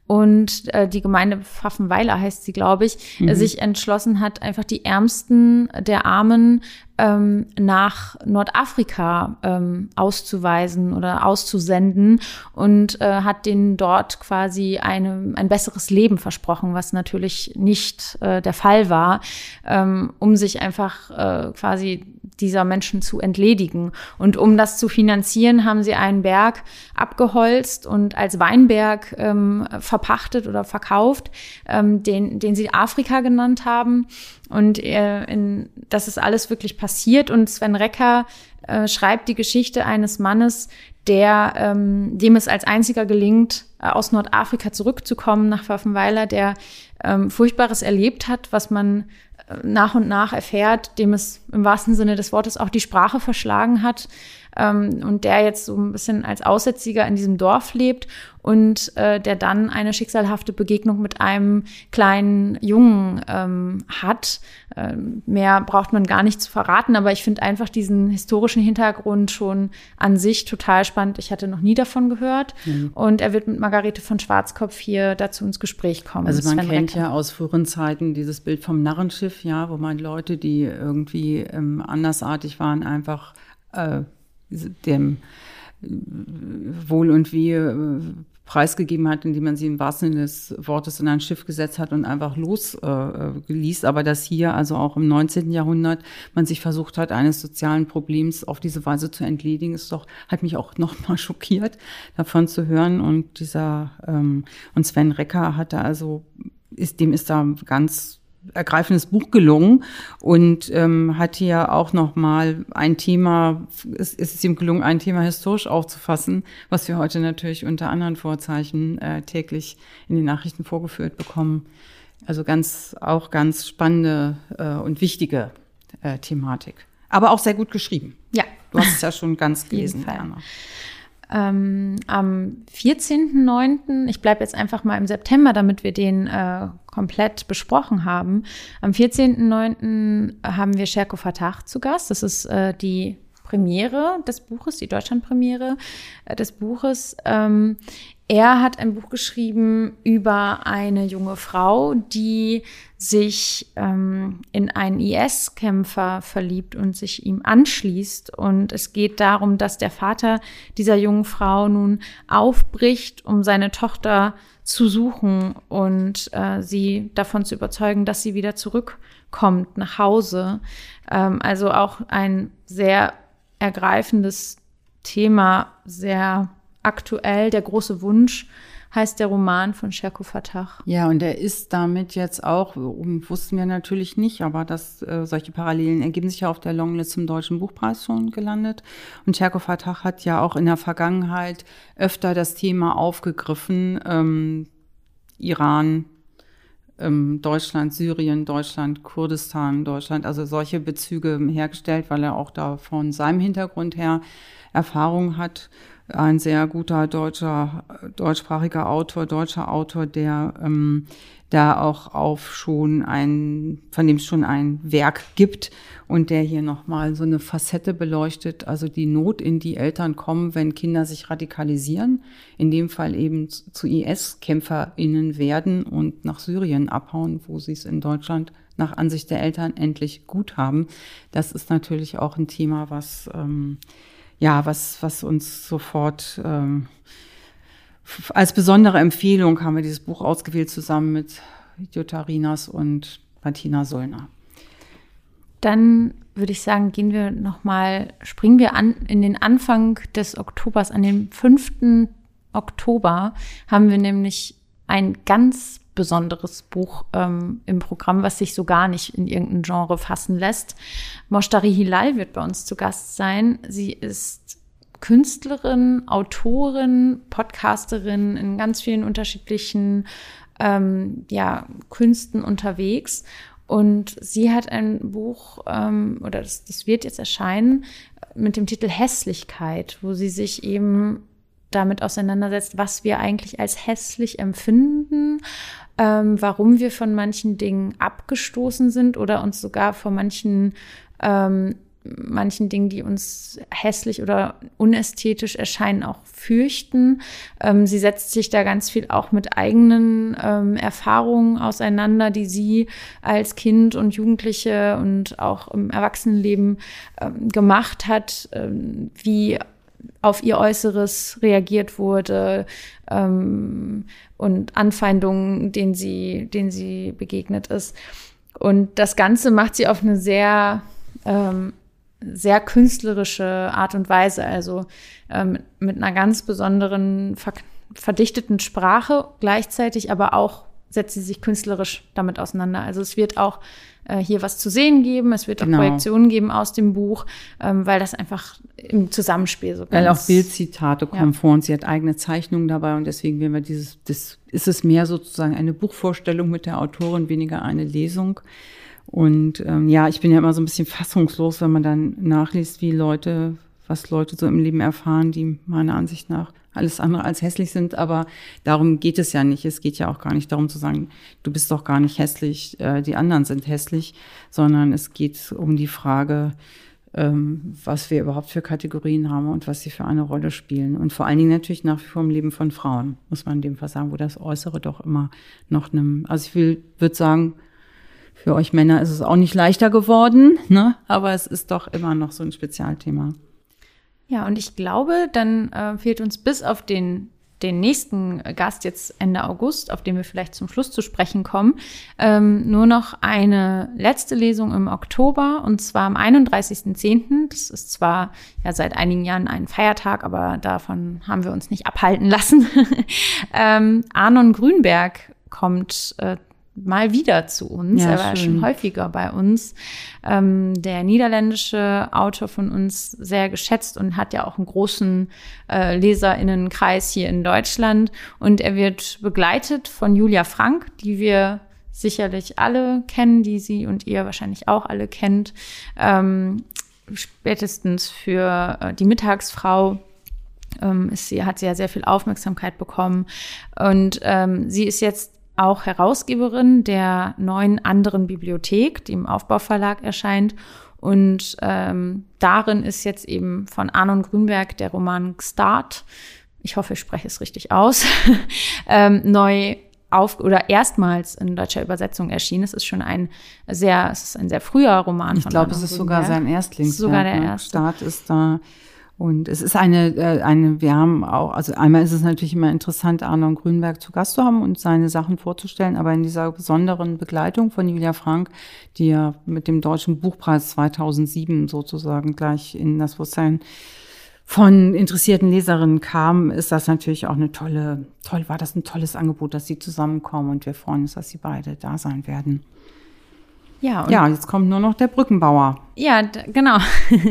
[SPEAKER 1] und äh, die Gemeinde Pfaffenweiler heißt sie, glaube ich, mhm. sich entschlossen hat, einfach die Ärmsten der Armen ähm, nach Nordafrika ähm, auszuweisen oder auszusenden, und äh, hat denen dort quasi eine, ein besseres Leben versprochen, was natürlich nicht äh, der Fall war, ähm, um sich einfach äh, quasi dieser Menschen zu entledigen. Und um das zu finanzieren, haben sie einen Berg abgeholzt und als Weinberg ähm, verpachtet oder verkauft, ähm, den, den sie Afrika genannt haben. Und äh, in, das ist alles wirklich passiert. Und Sven Recker äh, schreibt die Geschichte eines Mannes, der, ähm, dem es als einziger gelingt, äh, aus Nordafrika zurückzukommen nach Pfaffenweiler, der ähm, Furchtbares erlebt hat, was man nach und nach erfährt, dem es im wahrsten Sinne des Wortes auch die Sprache verschlagen hat, ähm, und der jetzt so ein bisschen als Aussätziger in diesem Dorf lebt und äh, der dann eine schicksalhafte Begegnung mit einem kleinen Jungen ähm, hat. Ähm, mehr braucht man gar nicht zu verraten, aber ich finde einfach diesen historischen Hintergrund schon an sich total spannend. Ich hatte noch nie davon gehört, mhm. und er wird mit Margarete von Schwarzkopf hier dazu ins Gespräch kommen.
[SPEAKER 2] Also man
[SPEAKER 1] Sven
[SPEAKER 2] kennt
[SPEAKER 1] Recker.
[SPEAKER 2] ja aus früheren Zeiten dieses Bild vom Narrenschiff, ja, wo man Leute, die irgendwie ähm, andersartig waren, einfach äh, dem äh, Wohl und Wehe äh, preisgegeben hat, indem man sie im wahrsten Sinne des Wortes in ein Schiff gesetzt hat und einfach losgeließ. Äh, Aber dass hier, also auch im neunzehnten Jahrhundert, man sich versucht hat, eines sozialen Problems auf diese Weise zu entledigen, ist doch, hat mich auch noch mal schockiert, davon zu hören. Und dieser, ähm, und Sven Recker hat da also, ist, dem ist da ganz ergreifendes Buch gelungen und ähm, hat hier auch noch mal ein Thema, es, es ist ihm gelungen, ein Thema historisch aufzufassen, was wir heute natürlich unter anderen Vorzeichen äh, täglich in den Nachrichten vorgeführt bekommen. Also ganz, auch ganz spannende äh, und wichtige äh, Thematik. Aber auch sehr gut geschrieben.
[SPEAKER 1] Ja.
[SPEAKER 2] Du hast es ja schon ganz gelesen, Anna.
[SPEAKER 1] Ähm, am vierzehnten neunten, ich bleibe jetzt einfach mal im September, damit wir den äh, komplett besprochen haben. Am vierzehnten neunten haben wir Sherko Fatah zu Gast. Das ist äh, die Premiere des Buches, die Deutschlandpremiere äh, des Buches. Ähm, er hat ein Buch geschrieben über eine junge Frau, die sich ähm, in einen I S-Kämpfer verliebt und sich ihm anschließt. Und es geht darum, dass der Vater dieser jungen Frau nun aufbricht, um seine Tochter zu suchen und äh, sie davon zu überzeugen, dass sie wieder zurückkommt nach Hause. Ähm, also auch ein sehr ergreifendes Thema, sehr aktuell. Der große Wunsch heißt der Roman von Sherko Fatah.
[SPEAKER 2] Ja, und er ist damit jetzt auch, wussten wir natürlich nicht, aber dass äh, solche Parallelen ergeben sich ja auf der Longlist zum Deutschen Buchpreis schon gelandet. Und Sherko Fatah hat ja auch in der Vergangenheit öfter das Thema aufgegriffen, ähm, Iran, ähm, Deutschland, Syrien, Deutschland, Kurdistan, Deutschland, also solche Bezüge hergestellt, weil er auch da von seinem Hintergrund her Erfahrung hat. Ein sehr guter deutscher, deutschsprachiger Autor, deutscher Autor, der ähm, da auch auf schon ein, von dem es schon ein Werk gibt und der hier nochmal so eine Facette beleuchtet, also die Not, in die Eltern kommen, wenn Kinder sich radikalisieren, in dem Fall eben zu I S-KämpferInnen werden und nach Syrien abhauen, wo sie es in Deutschland nach Ansicht der Eltern endlich gut haben. Das ist natürlich auch ein Thema, was ähm, Ja, was, was uns sofort ähm, als besondere Empfehlung haben wir dieses Buch ausgewählt, zusammen mit Jutta Rinas und Martina Sollner.
[SPEAKER 1] Dann würde ich sagen, gehen wir noch mal, springen wir an in den Anfang des Oktobers. An dem fünften Oktober haben wir nämlich ein ganz besonderes Buch ähm, im Programm, was sich so gar nicht in irgendein Genre fassen lässt. Moshtari Hilal wird bei uns zu Gast sein. Sie ist Künstlerin, Autorin, Podcasterin in ganz vielen unterschiedlichen ähm, ja, Künsten unterwegs. Und sie hat ein Buch, ähm, oder das, das wird jetzt erscheinen, mit dem Titel Hässlichkeit, wo sie sich eben damit auseinandersetzt, was wir eigentlich als hässlich empfinden, ähm, warum wir von manchen Dingen abgestoßen sind oder uns sogar vor manchen, ähm, manchen Dingen, die uns hässlich oder unästhetisch erscheinen, auch fürchten. Ähm, sie setzt sich da ganz viel auch mit eigenen ähm, Erfahrungen auseinander, die sie als Kind und Jugendliche und auch im Erwachsenenleben ähm, gemacht hat, ähm, wie auf ihr Äußeres reagiert wurde ähm, und Anfeindungen, denen sie, denen sie begegnet ist. Und das Ganze macht sie auf eine sehr, ähm, sehr künstlerische Art und Weise, also ähm, mit einer ganz besonderen, ver- verdichteten Sprache, gleichzeitig aber auch setzt sie sich künstlerisch damit auseinander. Also es wird auch äh, hier was zu sehen geben, es wird auch
[SPEAKER 2] genau.
[SPEAKER 1] Projektionen geben aus dem Buch, ähm, weil das einfach im Zusammenspiel so ganz...
[SPEAKER 2] Weil auch Bildzitate kommen
[SPEAKER 1] ja.
[SPEAKER 2] vor und sie hat eigene Zeichnungen dabei und deswegen werden wir dieses, das ist es mehr sozusagen eine Buchvorstellung mit der Autorin, weniger eine Lesung. Und ähm, ja, ich bin ja immer so ein bisschen fassungslos, wenn man dann nachliest, wie Leute, was Leute so im Leben erfahren, die meiner Ansicht nach alles andere als hässlich sind, aber darum geht es ja nicht. Es geht ja auch gar nicht darum zu sagen, du bist doch gar nicht hässlich, äh, die anderen sind hässlich, sondern es geht um die Frage, ähm, was wir überhaupt für Kategorien haben und was sie für eine Rolle spielen. Und vor allen Dingen natürlich nach wie vor im Leben von Frauen, muss man in dem Fall sagen, wo das Äußere doch immer noch einem, also ich will, würde sagen, für euch Männer ist es auch nicht leichter geworden, ne? Aber es ist doch immer noch so ein Spezialthema.
[SPEAKER 1] Ja, und ich glaube, dann äh, fehlt uns bis auf den, den nächsten Gast jetzt Ende August, auf den wir vielleicht zum Schluss zu sprechen kommen, ähm, nur noch eine letzte Lesung im Oktober, und zwar am einunddreißigsten zehnten Das ist zwar ja seit einigen Jahren ein Feiertag, aber davon haben wir uns nicht abhalten lassen. ähm, Arnon Grünberg kommt äh, mal wieder zu uns.
[SPEAKER 2] Ja,
[SPEAKER 1] er war
[SPEAKER 2] schön.
[SPEAKER 1] schon häufiger bei uns. Ähm, der niederländische Autor von uns, sehr geschätzt und hat ja auch einen großen äh, LeserInnenkreis hier in Deutschland. Und er wird begleitet von Julia Frank, die wir sicherlich alle kennen, die sie und ihr wahrscheinlich auch alle kennt. Ähm, spätestens für äh, die Mittagsfrau ähm, ist sie, hat sie ja sehr viel Aufmerksamkeit bekommen. Und ähm, sie ist jetzt auch Herausgeberin der neuen anderen Bibliothek, die im Aufbauverlag erscheint. Und ähm, darin ist jetzt eben von Arnon Grünberg der Roman Gstaad, ich hoffe, ich spreche es richtig aus, ähm, neu auf oder erstmals in deutscher Übersetzung erschienen. Es ist schon ein sehr, es ist ein sehr früher Roman
[SPEAKER 2] ich
[SPEAKER 1] von
[SPEAKER 2] glaube,
[SPEAKER 1] Arnon
[SPEAKER 2] es ist
[SPEAKER 1] Grünberg.
[SPEAKER 2] sogar sein Erstlingswerk.
[SPEAKER 1] Sogar der
[SPEAKER 2] ne?
[SPEAKER 1] erste.
[SPEAKER 2] Gstaad ist da. Und es ist eine, äh, eine, wir haben auch, also einmal ist es natürlich immer interessant, Arnon Grünberg zu Gast zu haben und seine Sachen vorzustellen, aber in dieser besonderen Begleitung von Julia Frank, die ja mit dem Deutschen Buchpreis zweitausendsieben sozusagen gleich in das Bewusstsein von interessierten Leserinnen kam, ist das natürlich auch eine tolle, toll, war das ein tolles Angebot, dass sie zusammenkommen und wir freuen uns, dass sie beide da sein werden.
[SPEAKER 1] Ja, und
[SPEAKER 2] Ja, jetzt kommt nur noch der Brückenbauer.
[SPEAKER 1] Ja, d- genau.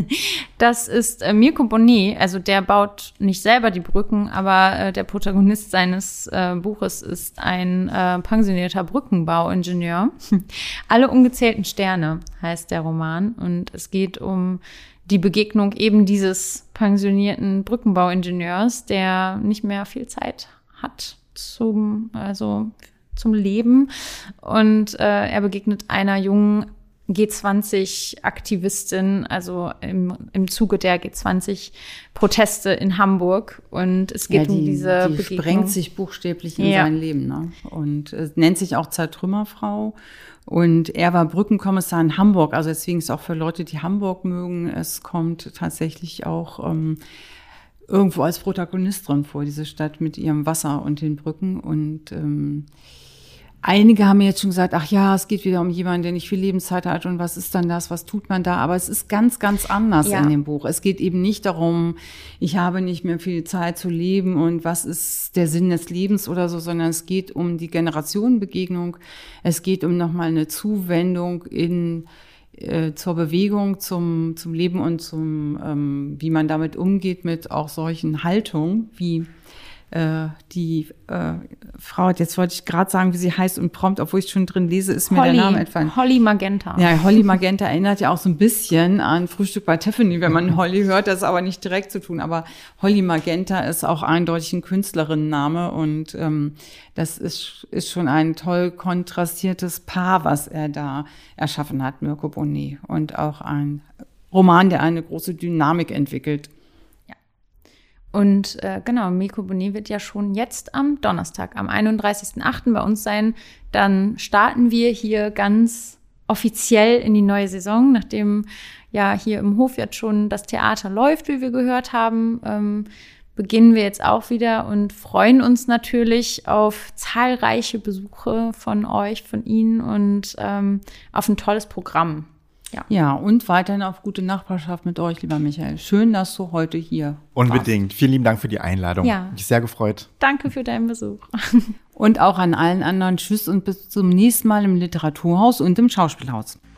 [SPEAKER 1] Das ist äh, Mirko Bonnet. Also der baut nicht selber die Brücken, aber äh, der Protagonist seines äh, Buches ist ein äh, pensionierter Brückenbauingenieur. Alle ungezählten Sterne heißt der Roman. Und es geht um die Begegnung eben dieses pensionierten Brückenbauingenieurs, der nicht mehr viel Zeit hat zum, also zum Leben. Und äh, er begegnet einer jungen G zwanzig-Aktivistin, also im, im Zuge der G zwanzig-Proteste in Hamburg. Und es geht
[SPEAKER 2] ja, die,
[SPEAKER 1] um diese
[SPEAKER 2] die
[SPEAKER 1] Begegnung.
[SPEAKER 2] sprengt sich buchstäblich in
[SPEAKER 1] Ja.
[SPEAKER 2] sein Leben. Ne? Und äh, nennt sich auch Zertrümmerfrau. Und er war Brückenkommissar in Hamburg. Also deswegen ist auch für Leute, die Hamburg mögen, es kommt tatsächlich auch ähm, irgendwo als Protagonist drin vor, diese Stadt mit ihrem Wasser und den Brücken. Und ähm, einige haben mir jetzt schon gesagt, ach ja, es geht wieder um jemanden, der nicht viel Lebenszeit hat und was ist dann das, was tut man da? Aber es ist ganz, ganz anders
[SPEAKER 1] Ja.
[SPEAKER 2] in dem Buch. Es geht eben nicht darum, ich habe nicht mehr viel Zeit zu leben und was ist der Sinn des Lebens oder so, sondern es geht um die Generationenbegegnung. Es geht um nochmal eine Zuwendung in äh, zur Bewegung, zum, zum Leben und zum, ähm, wie man damit umgeht mit auch solchen Haltungen, wie Äh, die äh, Frau, jetzt wollte ich gerade sagen, wie sie heißt und prompt, obwohl ich schon drin lese, ist mir
[SPEAKER 1] Holly,
[SPEAKER 2] der Name entfallen.
[SPEAKER 1] Holly Magenta.
[SPEAKER 2] Ja, Holly Magenta erinnert ja auch so ein bisschen an Frühstück bei Tiffany, wenn man Holly hört, das ist aber nicht direkt zu tun. Aber Holly Magenta ist auch eindeutig ein Künstlerinnenname und ähm, das ist, ist schon ein toll kontrastiertes Paar, was er da erschaffen hat, Mirko Bonnet. Und auch ein Roman, der eine große Dynamik entwickelt.
[SPEAKER 1] Und äh, genau, Mirko Bonnet wird ja schon jetzt am Donnerstag, am einunddreißigsten achten bei uns sein. Dann starten wir hier ganz offiziell in die neue Saison, nachdem ja hier im Hof jetzt schon das Theater läuft, wie wir gehört haben. Ähm, beginnen wir jetzt auch wieder und freuen uns natürlich auf zahlreiche Besuche von euch, von Ihnen und ähm, auf ein tolles Programm. Ja.
[SPEAKER 2] Ja, und weiterhin auf gute Nachbarschaft mit euch, lieber Michael. Schön, dass du heute hier
[SPEAKER 3] Unbedingt. Vielen lieben Dank für die Einladung.
[SPEAKER 1] Ja.
[SPEAKER 3] Mich sehr gefreut.
[SPEAKER 1] Danke für deinen Besuch.
[SPEAKER 2] Und auch an allen anderen Tschüss und bis zum nächsten Mal im Literaturhaus und im Schauspielhaus.